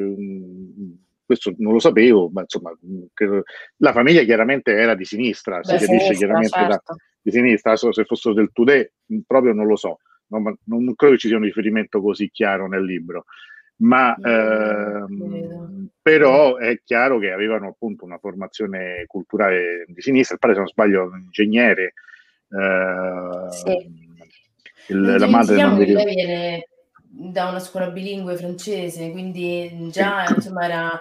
questo non lo sapevo, ma insomma, la famiglia chiaramente era di sinistra, si Di Beh, capisce sinistra, chiaramente certo. di sinistra, se fossero del Today proprio non lo so, non credo ci sia un riferimento così chiaro nel libro, ma credo. però è chiaro che avevano appunto una formazione culturale di sinistra, il padre se non sbaglio un ingegnere, Sì. Non la madre non dimentichiamo mi che lei ricordo. viene da una scuola bilingue francese, quindi già insomma era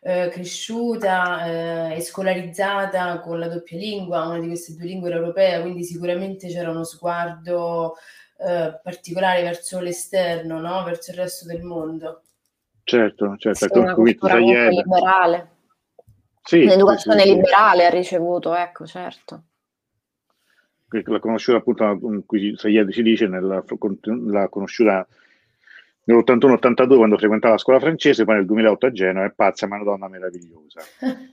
cresciuta e scolarizzata con la doppia lingua, una di queste due lingue europee, quindi sicuramente c'era uno sguardo particolare verso l'esterno, no? Verso il resto del mondo. Certo, Sì, certo, una conquista cultura comunque Sayed. liberale. Sì, sì, sì, Un'educazione sì. liberale ha ricevuto, ecco, certo. L'ha conosciuta appunto, qui Sayed ci dice, l'ha conosciuta nell'81-82 quando frequentava la scuola francese, poi nel 2008 a Genova, è pazza, ma è una donna meravigliosa.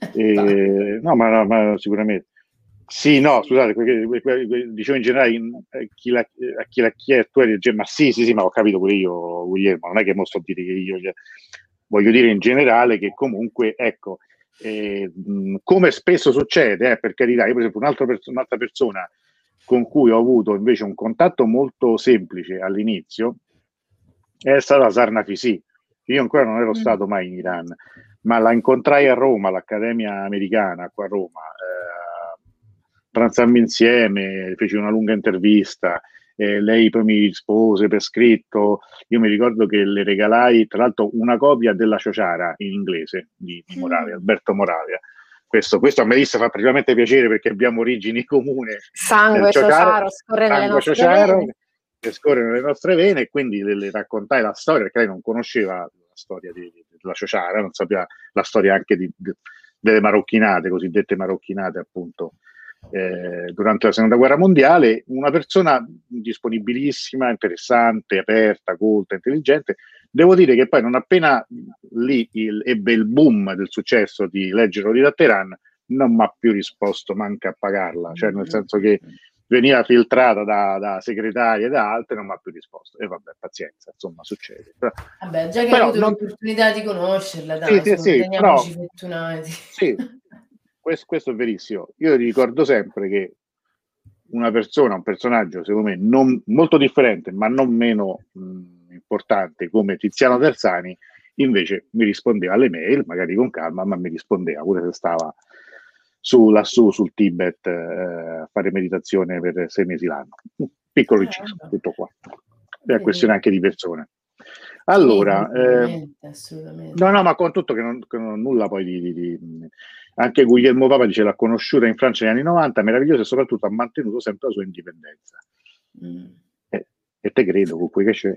No, ma sicuramente. Sì, no, scusate, dicevo in generale, a chi l'ha chiesto, tu eri, ma sì, sì, sì, ma ho capito pure io, Guglielmo, non è che mo sto a dire che io, voglio dire in generale che comunque, ecco, come spesso succede, per carità, io per esempio un'altra persona con cui ho avuto invece un contatto molto semplice all'inizio è stata Sarna Fisi. Io ancora non ero Mm. stato mai in Iran, ma la incontrai a Roma, all'Accademia Americana, qua a Roma. Pranzammo insieme, feci una lunga intervista, lei poi mi rispose per scritto. Io mi ricordo che le regalai, tra l'altro, una copia della Ciociara in inglese di Moravia, Alberto Moravia. Questo a me fa praticamente piacere perché abbiamo origini comuni nel Sangue Ciociaro, ciociaro scorre nelle sangue nostre Ciociaro vene. che scorre nelle nostre vene, e quindi le raccontai la storia perché lei non conosceva la storia della Ciociara, non sapeva la storia anche delle marocchinate, cosiddette marocchinate appunto durante la seconda guerra mondiale. Una persona disponibilissima, interessante, aperta, colta, intelligente. Devo dire che poi non appena lì ebbe il boom del successo di Leggero di da Teheran, non mi ha più risposto manca a pagarla, cioè nel senso che veniva filtrata da segretarie e da altre, non mi ha più risposto. E vabbè, pazienza, insomma, succede. Vabbè, già che hai Però avuto non... l'opportunità di conoscerla, Sì, dai, sì, su, sì, teniamoci però fortunati. sì, questo è verissimo. Io ricordo sempre che una persona, un personaggio, secondo me, non, molto differente, ma non meno importante come Tiziano Terzani, invece mi rispondeva alle mail, magari con calma, ma mi rispondeva pure se stava lassù sul Tibet a fare meditazione per 6 mesi l'anno. Piccolo inciso, tutto qua. È una questione anche di persone. Allora, sì, assolutamente. no, ma con tutto che non ho nulla poi anche Guglielmo Papa dice la conosciuta in Francia negli anni 90, meravigliosa e soprattutto ha mantenuto sempre la sua indipendenza. E te credo con quei che c'è.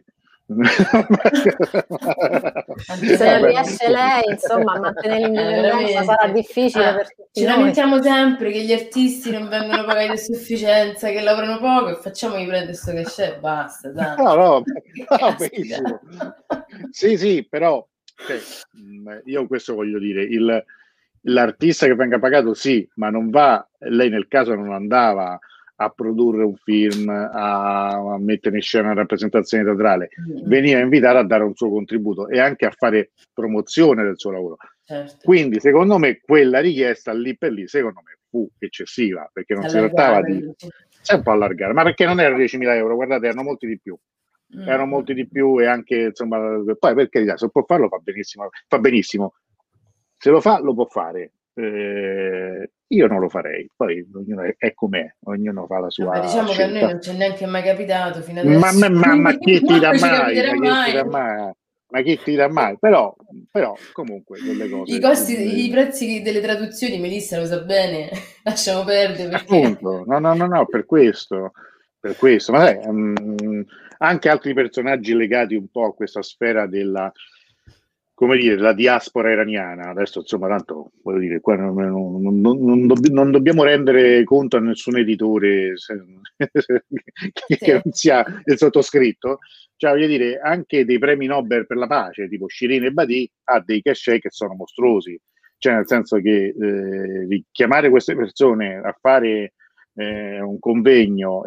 Se non riesce lei, insomma, a mantenere l'indipendenza sarà difficile per tutti ci noi. lamentiamo sempre che gli artisti non vengono pagati a sufficienza, che lavorano poco e facciamogli prendere sto cachet e basta, dai. No, benissimo. Sì, però io questo voglio dire, l'artista che venga pagato sì, ma non va, lei nel caso non andava a produrre un film, a mettere in scena una rappresentazione teatrale, veniva invitata a dare un suo contributo e anche a fare promozione del suo lavoro. Certo. Quindi secondo me quella richiesta lì per lì, secondo me fu eccessiva, perché non si trattava di... C'è un po' allargare, ma perché non erano 10.000 euro, guardate, erano molti di più. Erano molti di più e anche, insomma, poi per carità, se può farlo fa benissimo. Se lo fa, lo può fare. Io non lo farei, poi ognuno è com'è, ognuno fa la sua Vabbè, diciamo scelta. che a noi non c'è neanche mai capitato fino adesso. Ma chi ti dà mai? Ma chi ti dà mai? Però comunque delle cose... I prezzi delle traduzioni Melissa lo sa bene, lasciamo perdere perché... Appunto, no, per questo, ma sai, anche altri personaggi legati un po' a questa sfera della, come dire, la diaspora iraniana, adesso insomma tanto voglio dire, qua non dobbiamo rendere conto a nessun editore che non sia il sottoscritto, cioè voglio dire, anche dei premi Nobel per la pace, tipo Shirin Ebadi, ha dei cachet che sono mostruosi, cioè nel senso che richiamare queste persone a fare un convegno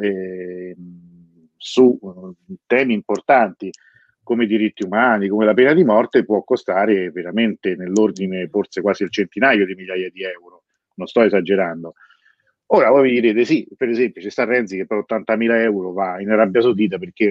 su temi importanti come i diritti umani, come la pena di morte, può costare veramente nell'ordine forse quasi il centinaio di migliaia di euro, non sto esagerando. Ora voi mi direte sì, per esempio c'è sta Renzi che per 80.000 euro va in Arabia Saudita perché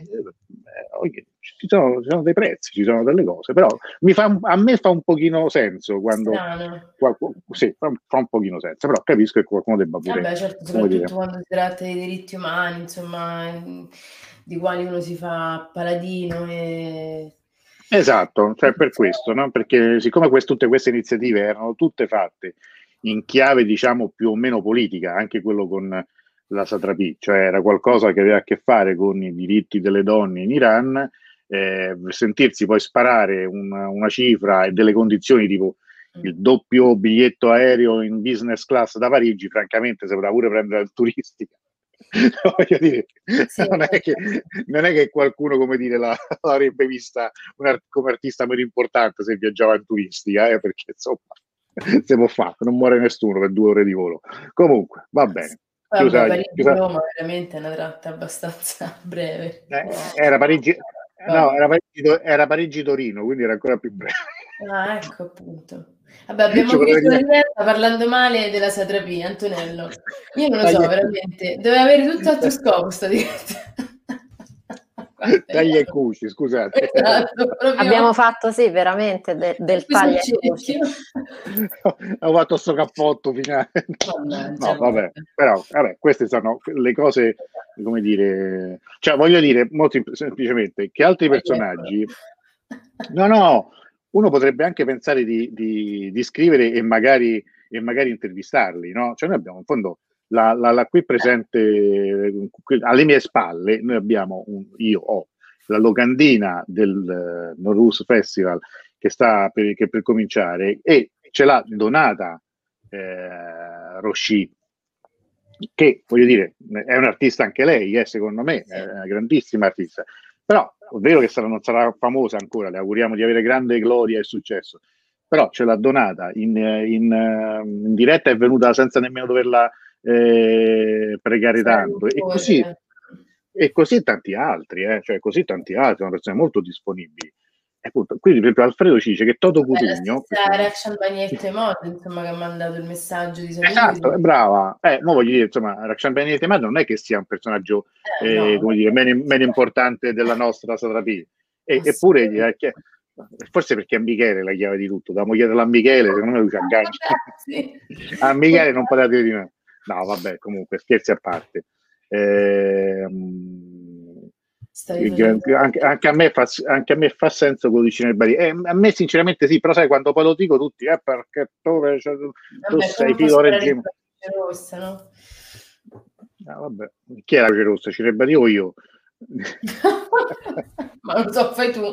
ci sono dei prezzi, ci sono delle cose, però a me fa un pochino senso quando sì, fa un pochino senso, però capisco che qualcuno debba pure... Vabbè, certo, soprattutto quando si tratta di diritti umani, insomma, di quali uno si fa paladino e... Esatto, cioè per questo, no? Perché siccome tutte queste iniziative erano tutte fatte in chiave, diciamo, più o meno politica, anche quello con la Satrapi, cioè era qualcosa che aveva a che fare con i diritti delle donne in Iran, sentirsi poi sparare una cifra e delle condizioni tipo il doppio biglietto aereo in business class da Parigi, francamente si poteva pure prendere la turistica. Voglio dire, sì, non è che qualcuno, come dire, l'avrebbe vista come artista meno importante se viaggiava in turistica, perché insomma si può fare, non muore nessuno per 2 ore di volo. Comunque, va bene. Parigi-Roma veramente è una tratta abbastanza breve. Era Parigi-Torino, quindi era ancora più breve. Ah, ecco appunto. Vabbè, abbiamo chiuso la diretta parlando male della Satrapi, Antonello. Io non lo so, veramente. Doveva avere tutt'altro scopo sta diretta. Taglia e cuci, scusate. Esatto, abbiamo fatto sì veramente del taglia e cuci. Ho fatto sto cappotto finale. No, vabbè, però queste sono le cose, come dire, cioè voglio dire molto semplicemente che altri personaggi no, uno potrebbe anche pensare di scrivere e magari intervistarli, no? Cioè noi abbiamo in fondo la qui presente alle mie spalle, noi abbiamo io ho la locandina del Norus Festival che sta per cominciare e ce l'ha donata Roshi, che voglio dire è un'artista anche lei, secondo me è una grandissima artista, però è vero che non sarà famosa ancora, le auguriamo di avere grande gloria e successo, però ce l'ha donata in diretta, è venuta senza nemmeno doverla pregare tanto, e così tanti altri, cioè così tanti altri, sono persone molto disponibili. E appunto, quindi per esempio Alfredo ci dice che Toto Cutugno, la stessa Rakshan Bagnette Mod, insomma, che ha mandato il messaggio di saluto. esatto, è brava. Mo voglio dire, insomma, Rakshan Bagnette Mod non è che sia un personaggio no, come dire, meno importante della nostra satrapia, eppure forse perché a Michele la chiave di tutto, dobbiamo chiederla a Michele, secondo me lui ci aggancia. Sì. A Michele non poteva dire di no. No, vabbè, comunque, scherzi a parte. Anche a me fa senso quello di Cine Bari. A me sinceramente sì, però sai, quando poi lo dico tutti, perché tu sei filo regime. Rossa, no? Vabbè. Chi è la Croce Rossa? Cine Bari o io? Ma non so, fai tu.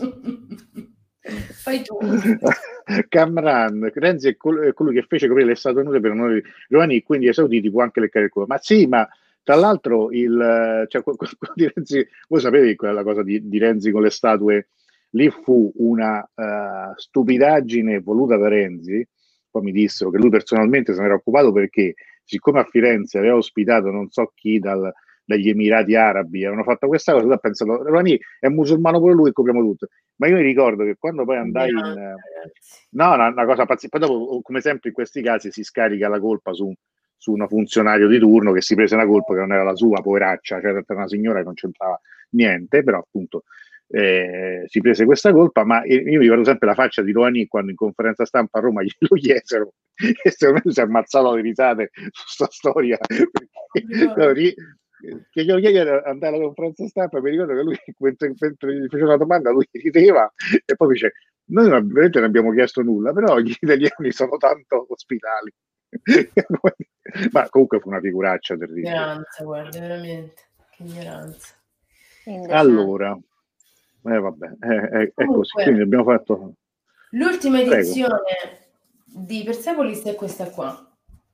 Fai tu. Camran, Renzi è colui che fece coprire le statue nude per onore di Giovanni, quindi ai sauditi può anche leccare il culo. Ma sì, ma tra l'altro cioè, di Renzi, voi sapete quella cosa di Renzi con le statue, lì fu una stupidaggine voluta da Renzi, poi mi dissero che lui personalmente se ne era occupato perché siccome a Firenze aveva ospitato non so chi dagli Emirati Arabi, avevano fatto questa cosa, ho pensato, Rouhani è musulmano pure lui e copriamo tutto. Ma io mi ricordo che quando poi andai no, una cosa pazzesca, poi dopo, come sempre in questi casi, si scarica la colpa su una funzionario di turno che si prese una colpa che non era la sua, poveraccia, cioè era una signora che non c'entrava niente, però appunto si prese questa colpa, ma io mi ricordo sempre la faccia di Rouhani quando in conferenza stampa a Roma glielo chiesero e secondo me si è ammazzato di risate su questa storia, perché, che glielo chiede andare alla conferenza stampa, mi ricordo che lui mentre gli faceva una domanda lui rideva e poi dice noi veramente non abbiamo chiesto nulla, però gli italiani sono tanto ospitali. Ma comunque fu una figuraccia terribile. Ignoranza, guarda, veramente che ignoranza. Allora vabbè, è così, quindi abbiamo fatto l'ultima edizione di Persepolis è questa qua.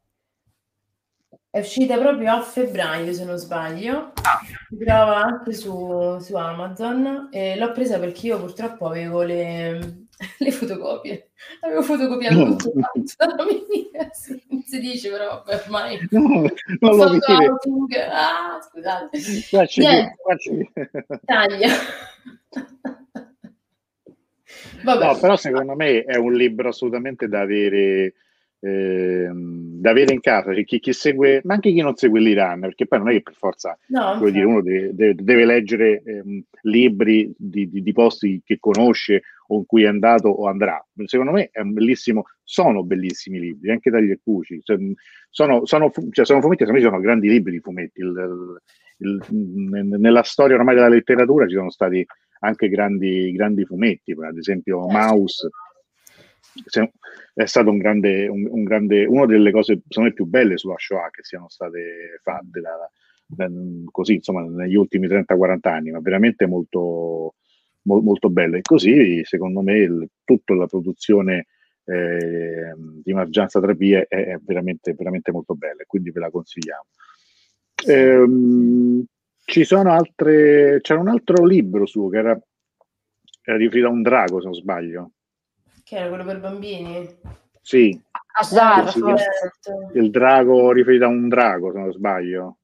È uscita proprio a febbraio, se non sbaglio. Si trova anche su Amazon e l'ho presa perché io purtroppo avevo le fotocopie. Avevo fotocopiato tutto dalla mia vita. Non si dice, però vabbè, ormai non lo dire. Scusate. Taglia. Vabbè. No, però secondo me è un libro assolutamente da avere in casa, cioè, chi segue, ma anche chi non segue l'Iran, perché poi non è che per forza dire, uno deve leggere libri di posti che conosce o in cui è andato o andrà. Secondo me è sono bellissimi libri, anche da Del Cuci, sono fumetti, secondo me sono grandi libri di fumetti. Nella storia ormai della letteratura ci sono stati anche grandi fumetti, ad esempio Maus è stato una delle cose secondo me più belle sulla Shoah che siano state fatte così, insomma, negli ultimi 30-40 anni, ma veramente molto, molto belle. E così secondo me tutta la produzione di Margiane Satrapie è veramente, veramente molto bella, quindi ve la consigliamo. Ci sono c'era un altro libro suo che era riferito a un drago, se non sbaglio. Che era quello per bambini? Sì. Certo. Il drago riferito a un drago, se non sbaglio.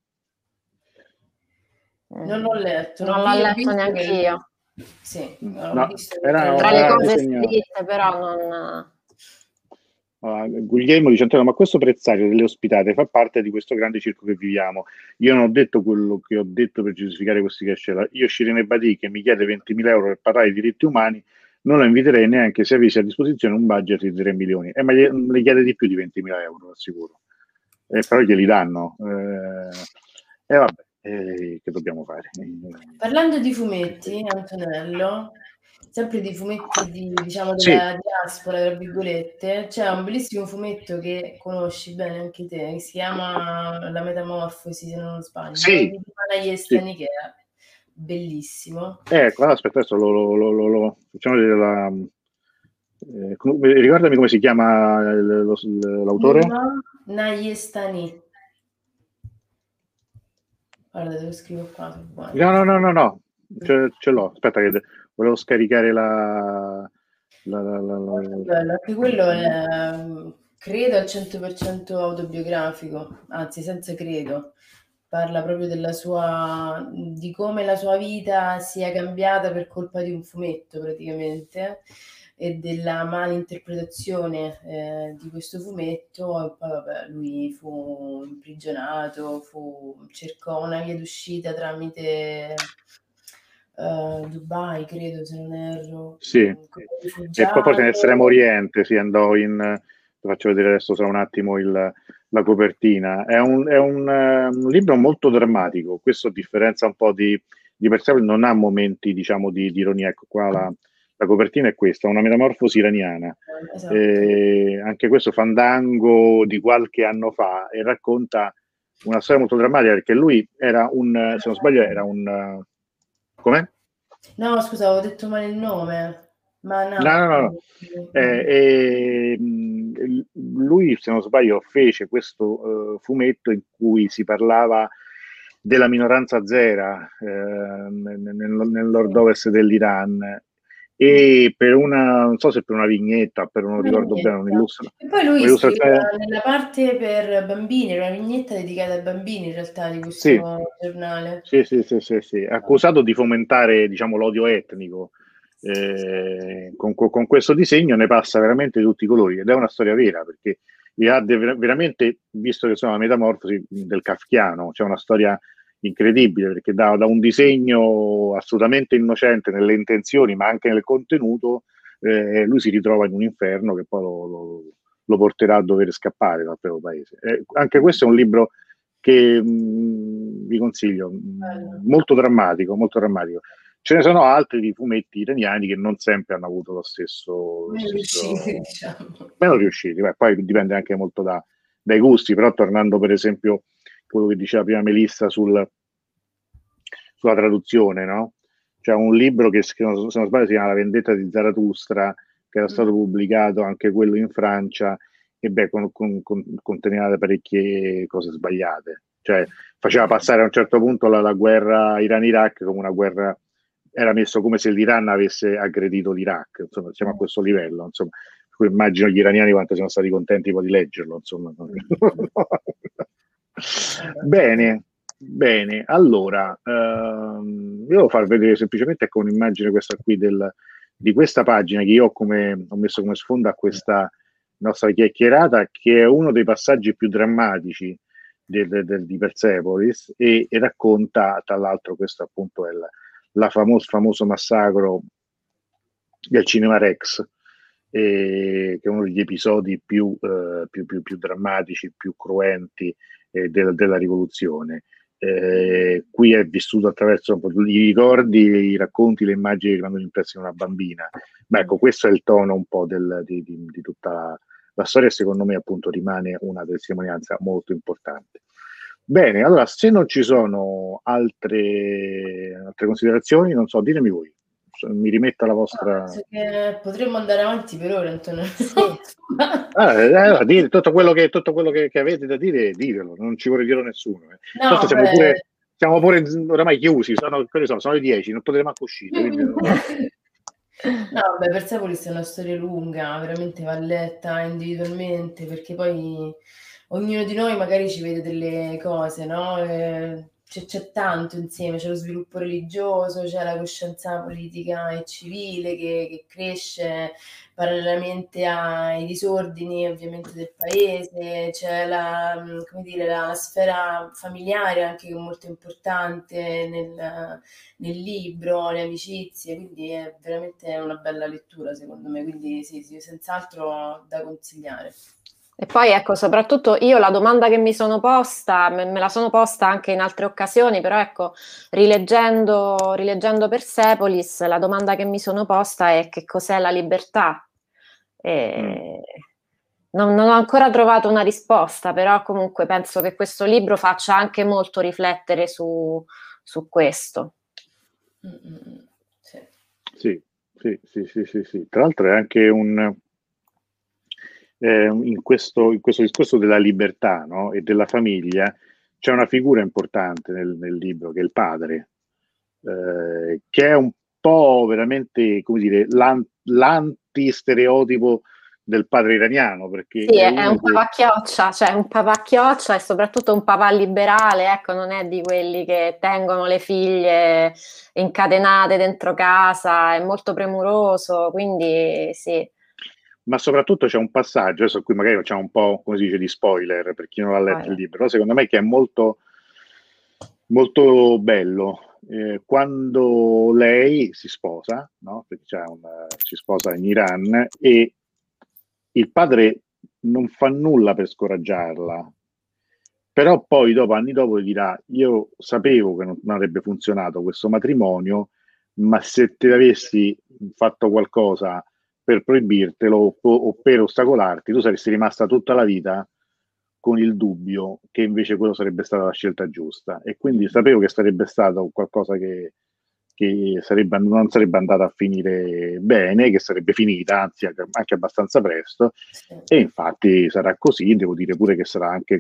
Non l'ho letto. Non l'ho letto neanche io. Sì. Tra le cose scritte, però non... Guglielmo dice: Antonio, ma questo prezzario delle ospitate fa parte di questo grande circo che viviamo. Io non ho detto quello che ho detto per giustificare questi cachet. Io Shirine Badi che mi chiede 20.000 euro per parlare di diritti umani non lo inviterei neanche se avessi a disposizione un budget di 3 milioni. Ma le chiede di più di 20.000 euro, assicuro. Però glieli danno. Vabbè, che dobbiamo fare? Parlando di fumetti, Antonello, sempre di fumetti diciamo della diaspora, tra virgolette, c'è un bellissimo fumetto che conosci bene anche te, che si chiama La Metamorfosi, se non sbaglio, di Manayestani, che è bellissimo. Ecco, aspetta, adesso lo facciamo vedere ricordami come si chiama l'autore? Nayestani. Guarda, te lo scrivo qua. No. Ce l'ho. Aspetta che volevo scaricare Molto bello, anche quello è, credo al 100% autobiografico, anzi senza credo. Parla proprio di come la sua vita sia cambiata per colpa di un fumetto praticamente e della malinterpretazione di questo fumetto e poi vabbè, lui fu imprigionato, cercò una via d'uscita tramite Dubai, credo, se non erro, Sì, come e poi forse in Estremo rifugiato. Oriente si andò ti faccio vedere adesso tra un attimo la copertina. È un libro molto drammatico, questo a differenza un po' di Persepolis, non ha momenti, diciamo, di ironia. Ecco qua la copertina è questa, una metamorfosi iraniana. Esatto. Anche questo fandango di qualche anno fa e racconta una storia molto drammatica perché lui era se non sbaglio, era come? No, scusa, avevo detto male il nome. No, no, Manà. no, no. Lui, se non sbaglio, fece questo fumetto in cui si parlava della minoranza azera nel nord-ovest dell'Iran e non so se per una vignetta, per non Una ricordo bene, vignetta. E poi lui scriveva un'illustrazione. nella parte per bambini, era una vignetta dedicata ai bambini in realtà di Sì, questo giornale. sì, sì, sì, sì, sì. Accusato di fomentare, diciamo, l'odio etnico. Con questo disegno ne passa veramente di tutti i colori ed è una storia vera perché veramente, visto che sono la metamorfosi del kafkiano, c'è una storia incredibile perché da un disegno assolutamente innocente nelle intenzioni ma anche nel contenuto, lui si ritrova in un inferno che poi lo porterà a dover scappare dal proprio paese. Anche questo è un libro che vi consiglio, Bello. molto drammatico, molto drammatico. Ce ne sono altri di fumetti iraniani che non sempre hanno avuto lo stesso, Meno riusciti, diciamo. meno riusciti. Beh, poi dipende anche molto dai gusti, però tornando per esempio a quello che diceva prima Melissa sulla traduzione, no? C'è un libro che, se non sbaglio, si chiama La vendetta di Zarathustra, che era stato pubblicato anche quello in Francia, e beh, conteneva parecchie cose sbagliate. Cioè, faceva passare a un certo punto la guerra Iran-Iraq come una guerra, era messo come se l'Iran avesse aggredito l'Iraq, insomma, siamo a questo livello, insomma. Immagino gli iraniani quanto siano stati contenti poi di leggerlo, insomma. Bene, bene. Allora, io devo far vedere semplicemente con un'immagine questa qui di questa pagina che io ho messo come sfondo a questa nostra chiacchierata, che è uno dei passaggi più drammatici di Persepolis e racconta, tra l'altro, questo appunto è la famoso massacro del Cinema Rex, che è uno degli episodi più drammatici, più cruenti della rivoluzione. Qui è vissuto attraverso un po' i ricordi, i racconti, le immagini che rimangono impresse in una bambina. Ma ecco, questo è il tono un po' di tutta la storia e secondo me appunto rimane una testimonianza molto importante. Bene, allora se non ci sono altre considerazioni, non so, ditemi voi, mi rimetta la vostra... Penso che potremmo andare avanti per ore, Antonio. Tutto quello che avete da dire, ditelo, non ci vuole dirlo nessuno. Tanto No, beh. siamo pure oramai chiusi, sono le 10, non potremo manco uscire. Quindi... No, beh, Persepolis è una storia lunga, veramente va letta individualmente, perché poi ognuno di noi magari ci vede delle cose, no? C'è tanto insieme, c'è lo sviluppo religioso, c'è la coscienza politica e civile che cresce parallelamente ai disordini ovviamente del paese, c'è come dire, la sfera familiare anche che è molto importante nel libro, le amicizie, quindi è veramente una bella lettura secondo me, quindi sì, senz'altro da consigliare. E poi ecco, soprattutto io la domanda che mi sono posta, me la sono posta anche in altre occasioni, però ecco, rileggendo Persepolis, la domanda che mi sono posta è che cos'è la libertà? Non ho ancora trovato una risposta, però comunque penso che questo libro faccia anche molto riflettere su questo. Sì. Sì. Tra l'altro è anche in questo discorso della libertà, no? E della famiglia c'è una figura importante nel libro che è il padre, che è un po' veramente, come dire, tutti stereotipo del padre iraniano, perché Sì, è è uno un che... papà-chioccia, cioè un papà-chioccia e soprattutto un papà liberale, ecco, non è di quelli che tengono le figlie incatenate dentro casa, è molto premuroso, quindi sì. Ma soprattutto c'è un passaggio, adesso qui magari facciamo un po', come si dice, di spoiler per chi non ha letto il Poi, libro, però secondo me che è molto, molto bello. Quando lei si sposa, no? Perché si sposa in Iran e il padre non fa nulla per scoraggiarla, però poi dopo, anni dopo, dirà: io sapevo che non avrebbe funzionato questo matrimonio, ma se te avessi fatto qualcosa per proibirtelo o per ostacolarti, tu saresti rimasta tutta la vita con il dubbio che invece quello sarebbe stata la scelta giusta. E quindi sapevo che sarebbe stato qualcosa che non sarebbe andata a finire bene, che sarebbe finita, anzi anche abbastanza presto, Sì. e infatti sarà così. Devo dire pure che sarà anche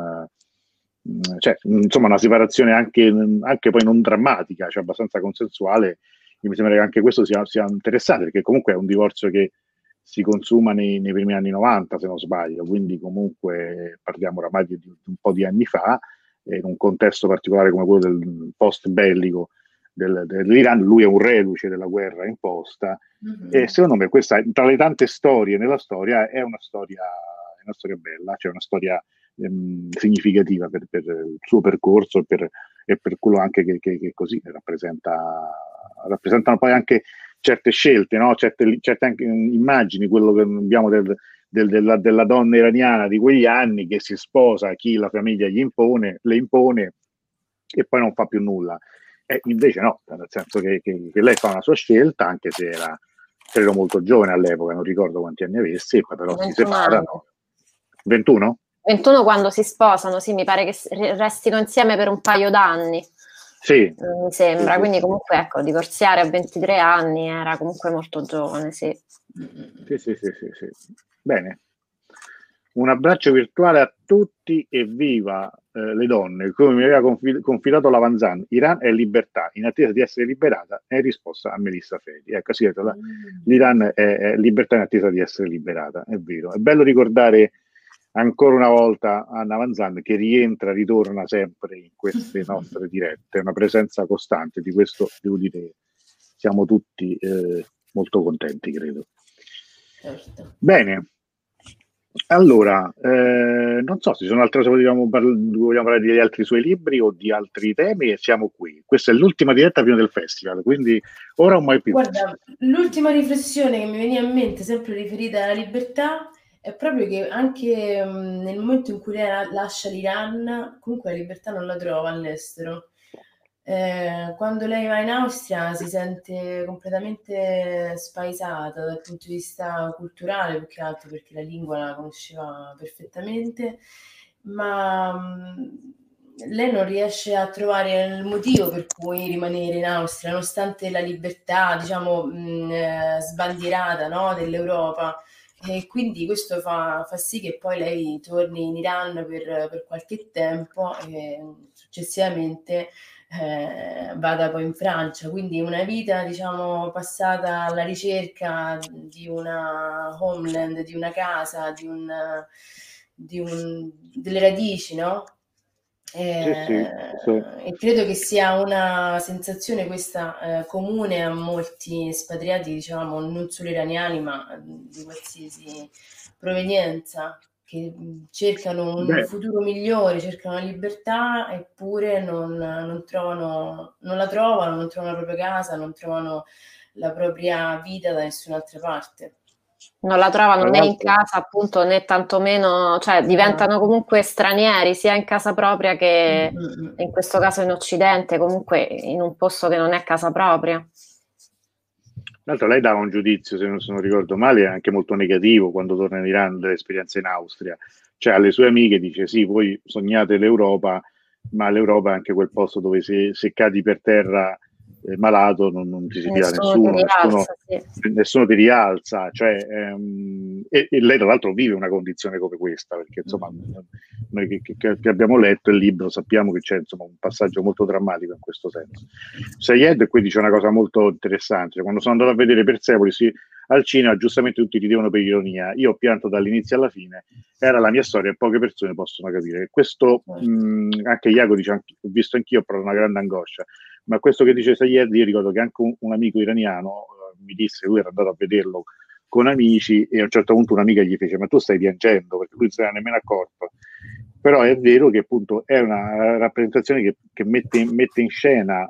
cioè, insomma, una separazione anche poi non drammatica, cioè abbastanza consensuale. E mi sembra che anche questo sia interessante, perché comunque è un divorzio che si consuma nei primi anni 90, se non sbaglio, quindi comunque parliamo oramai di un po' di anni fa, in un contesto particolare come quello del post bellico dell'Iran. Lui è un reduce della guerra imposta, e secondo me questa, tra le tante storie nella storia, è una storia bella, cioè una storia significativa per il suo percorso e per quello anche che così rappresentano poi anche certe scelte, no? certe anche immagini, quello che abbiamo della donna iraniana di quegli anni che si sposa a chi la famiglia le impone e poi non fa più nulla. E invece no, nel senso che lei fa una sua scelta, anche se era, credo, molto giovane all'epoca, non ricordo quanti anni avesse, poi però si 21 anni. separano. 21? 21 quando si sposano, sì, mi pare che restino insieme per un paio d'anni. Sì. Mi sembra, Sì, quindi sì. comunque ecco, divorziare a 23 anni era comunque molto giovane, sì. Sì. Bene. Un abbraccio virtuale a tutti e viva le donne, come mi aveva confidato Lavanzan. Iran è libertà, in attesa di essere liberata, è risposta a Melissa Fedi. Ecco, sì, l'Iran è libertà in attesa di essere liberata, è vero. È bello ricordare ancora una volta Anna Vanzan, che ritorna sempre in queste nostre dirette, è una presenza costante, di questo devo dire siamo tutti molto contenti, credo. Certo. Bene, allora, non so se ci sono altre cose, vogliamo parlare di altri suoi libri o di altri temi, e siamo qui. Questa è l'ultima diretta prima del festival, quindi ora o mai più. Guarda, l'ultima riflessione che mi veniva in mente, sempre riferita alla libertà, è proprio che anche nel momento in cui lei lascia l'Iran, comunque la libertà non la trova all'estero. Quando lei va in Austria si sente completamente spaesata dal punto di vista culturale, più che altro perché la lingua la conosceva perfettamente, ma lei non riesce a trovare il motivo per cui rimanere in Austria, nonostante la libertà, diciamo, sbandierata, no, dell'Europa. E quindi questo fa sì che poi lei torni in Iran per qualche tempo e successivamente vada poi in Francia. Quindi una vita, diciamo, passata alla ricerca di una homeland, di una casa, delle radici, no? Sì. E credo che sia una sensazione questa comune a molti espatriati, diciamo, non solo iraniani, ma di qualsiasi provenienza, che cercano un futuro migliore, cercano la libertà, eppure non la trovano, non trovano la propria casa, non trovano la propria vita da nessun'altra parte. Non la trovano né in casa, appunto, né tantomeno, cioè diventano comunque stranieri sia in casa propria che in questo caso in Occidente, comunque in un posto che non è casa propria. Tra l'altro lei dava un giudizio, se non ricordo male, anche molto negativo quando torna in Iran dell'esperienza in Austria. Cioè alle sue amiche dice: sì, voi sognate l'Europa, ma l'Europa è anche quel posto dove se cadi per terra malato non ti si fida nessuno, nessuno ti rialza. Cioè, e lei tra l'altro vive una condizione come questa, perché insomma noi che abbiamo letto il libro sappiamo che c'è, insomma, un passaggio molto drammatico in questo senso. Sayed qui dice una cosa molto interessante: quando sono andato a vedere Persepoli, al cinema, giustamente tutti ridevano per ironia, io ho pianto dall'inizio alla fine, era la mia storia e poche persone possono capire. Questo, anche Iago dice, ho visto anch'io, ho provato una grande angoscia, ma questo che dice Sayed, io ricordo che anche un amico iraniano mi disse, lui era andato a vederlo con amici e a un certo punto un'amica gli fece, ma tu stai piangendo, perché lui non se ne era nemmeno accorto. Però è vero che appunto è una rappresentazione che mette in scena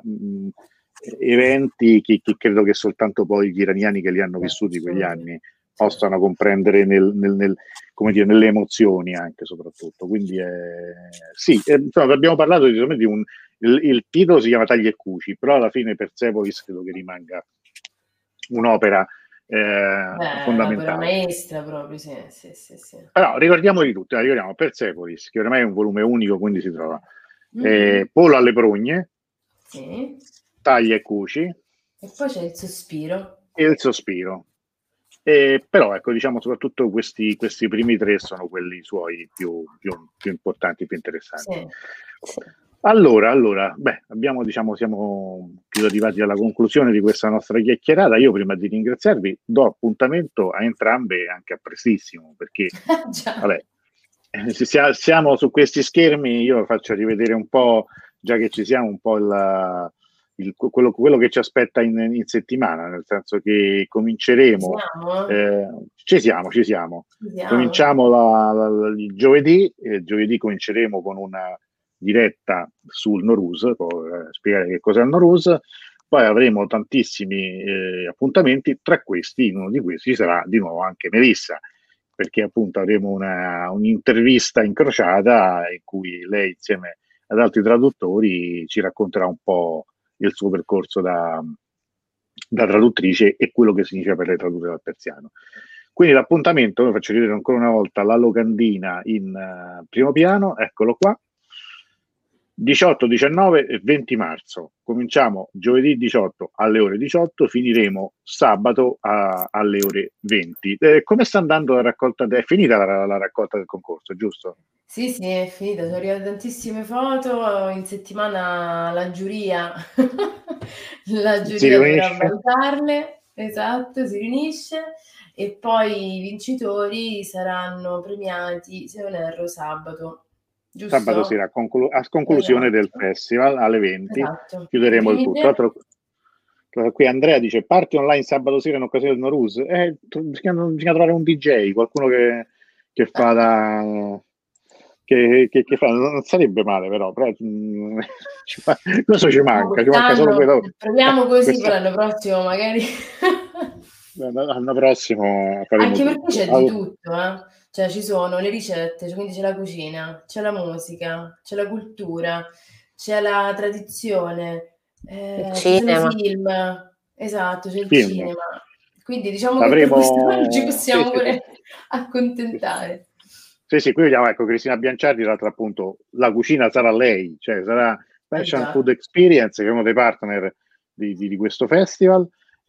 eventi che credo che soltanto poi gli iraniani che li hanno vissuti quegli anni possano comprendere come dire, nelle emozioni anche soprattutto. Quindi sì, insomma, abbiamo parlato di il titolo si chiama Tagli e Cuci, però alla fine Persepolis credo che rimanga un'opera fondamentale. Un'opera maestra proprio, sì. Però ricordiamo di tutto, ricordiamo Persepolis, che ormai è un volume unico, quindi si trova Polo alle progne, sì. Taglia e Cuci, e poi c'è il sospiro. E il sospiro. Però ecco, diciamo soprattutto questi primi tre sono quelli suoi più importanti, più interessanti. Sì. Allora, siamo più arrivati alla conclusione di questa nostra chiacchierata. Io prima di ringraziarvi do appuntamento a entrambe anche a prestissimo, perché vabbè, siamo su questi schermi, io faccio rivedere un po', già che ci siamo, un po' quello che ci aspetta in settimana, nel senso che cominceremo, ci siamo. Cominciamo il giovedì cominceremo con una diretta sul Nowruz, per spiegare che cos'è il Nowruz, poi avremo tantissimi appuntamenti, tra questi, in uno di questi ci sarà di nuovo anche Melissa, perché appunto avremo un'intervista incrociata in cui lei insieme ad altri traduttori ci racconterà un po' il suo percorso da traduttrice e quello che significa per lei tradurre dal persiano. Quindi l'appuntamento, vi faccio vedere ancora una volta la locandina in primo piano, eccolo qua, 18, 19 e 20 marzo. Cominciamo giovedì 18 alle ore 18, finiremo sabato alle ore 20. Come sta andando la raccolta? È finita la raccolta del concorso, giusto? Sì, è finita, sono arrivate tantissime foto, in settimana la giuria dovrà valutarle, esatto, si riunisce e poi i vincitori saranno premiati, se non erro, sabato. Giusto? Sabato sera, a conclusione del festival alle 20, esatto. Chiuderemo il tutto. Qui Andrea dice: parti online sabato sera in occasione del Nowruz. Bisogna trovare un DJ, qualcuno che fa che fa, non sarebbe male, però questo ci manca solo quello. Proviamo così per l'anno prossimo, magari. L'anno prossimo faremo anche perché c'è di tutto, cioè ci sono le ricette, quindi c'è la cucina, c'è la musica, c'è la cultura, c'è la tradizione, ci sono i film, esatto, c'è il cinema, quindi diciamo che per quest'anno ci possiamo pure accontentare. Sì, qui vediamo, ecco, Cristina Bianciardi, tra l'altro appunto la cucina sarà lei, cioè sarà Passion Food Experience, che è uno dei partner di questo festival.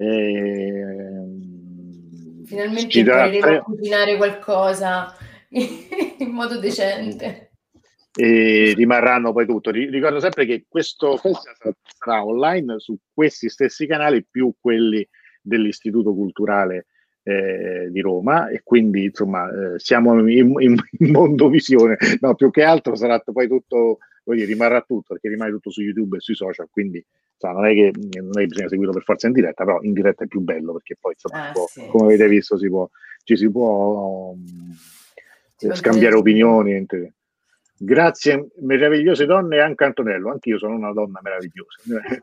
Finalmente impareremo a cucinare qualcosa in modo decente. E rimarranno poi tutto. Ricordo sempre che questo festival sarà online su questi stessi canali più quelli dell'Istituto Culturale di Roma, e quindi insomma siamo in Mondovisione, no, più che altro sarà poi tutto, rimarrà tutto, perché rimane tutto su YouTube e sui social, quindi non è che bisogna seguirlo per forza in diretta, però in diretta è più bello, perché poi insomma, come avete visto ci si può scambiare opinioni. Grazie meravigliose donne, e anche Antonello, anch'io sono una donna meravigliosa.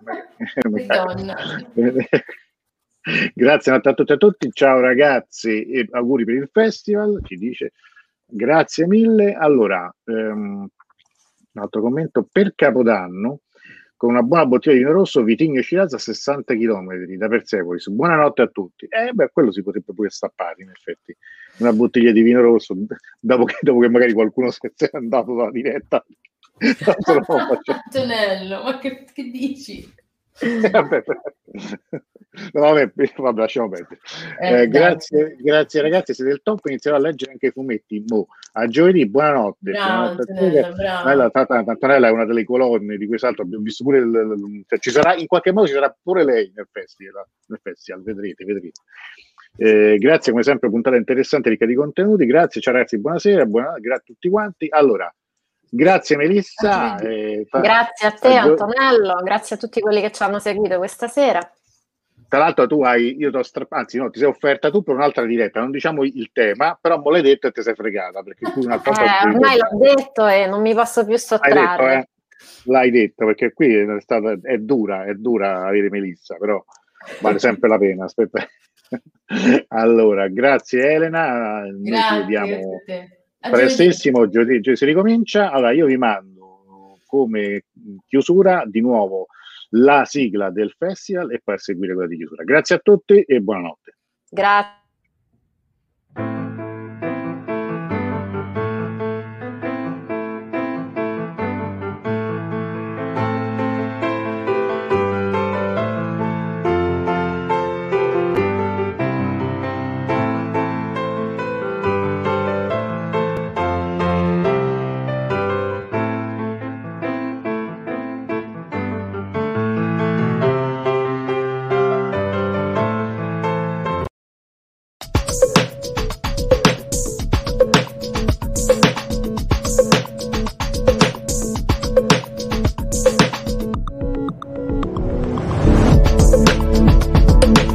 Grazie a tutti e a tutti, ciao ragazzi e auguri per il festival, ci dice, grazie mille. Allora, un altro commento: per Capodanno con una buona bottiglia di vino rosso, vitigno e Shiraz a 60 km da Persepolis. Buonanotte a tutti. Quello si potrebbe pure stappare, in effetti, una bottiglia di vino rosso dopo che magari qualcuno si è andato dalla diretta. Antonello, ma che dici? Vabbè, lasciamo perdere. Grazie ragazzi, siete del top. Inizierò a leggere anche i fumetti. A giovedì, buonanotte. Bravo, Antonella. Antonella è una delle colonne di quest'altro. Abbiamo visto pure ci sarà, in qualche modo ci sarà pure lei nel festival. Vedrete. Grazie come sempre, puntata interessante, ricca di contenuti. Grazie, ciao ragazzi, buonasera, grazie a tutti quanti. Allora, grazie Melissa. Grazie a te Antonello, grazie a tutti quelli che ci hanno seguito questa sera. Tra l'altro io anzi no, ti sei offerta tu per un'altra diretta, non diciamo il tema, però me l'hai detto e ti sei fregata, perché qui ormai l'ho detto e non mi posso più sottrarre. L'hai detto, perché qui è dura avere Melissa, però vale sempre la pena. Aspetta. Allora, grazie Elena, noi ci vediamo prestissimo, giovedì si ricomincia. Allora io vi mando come chiusura di nuovo la sigla del festival e poi a seguire quella di chiusura. Grazie a tutti e buonanotte. Grazie.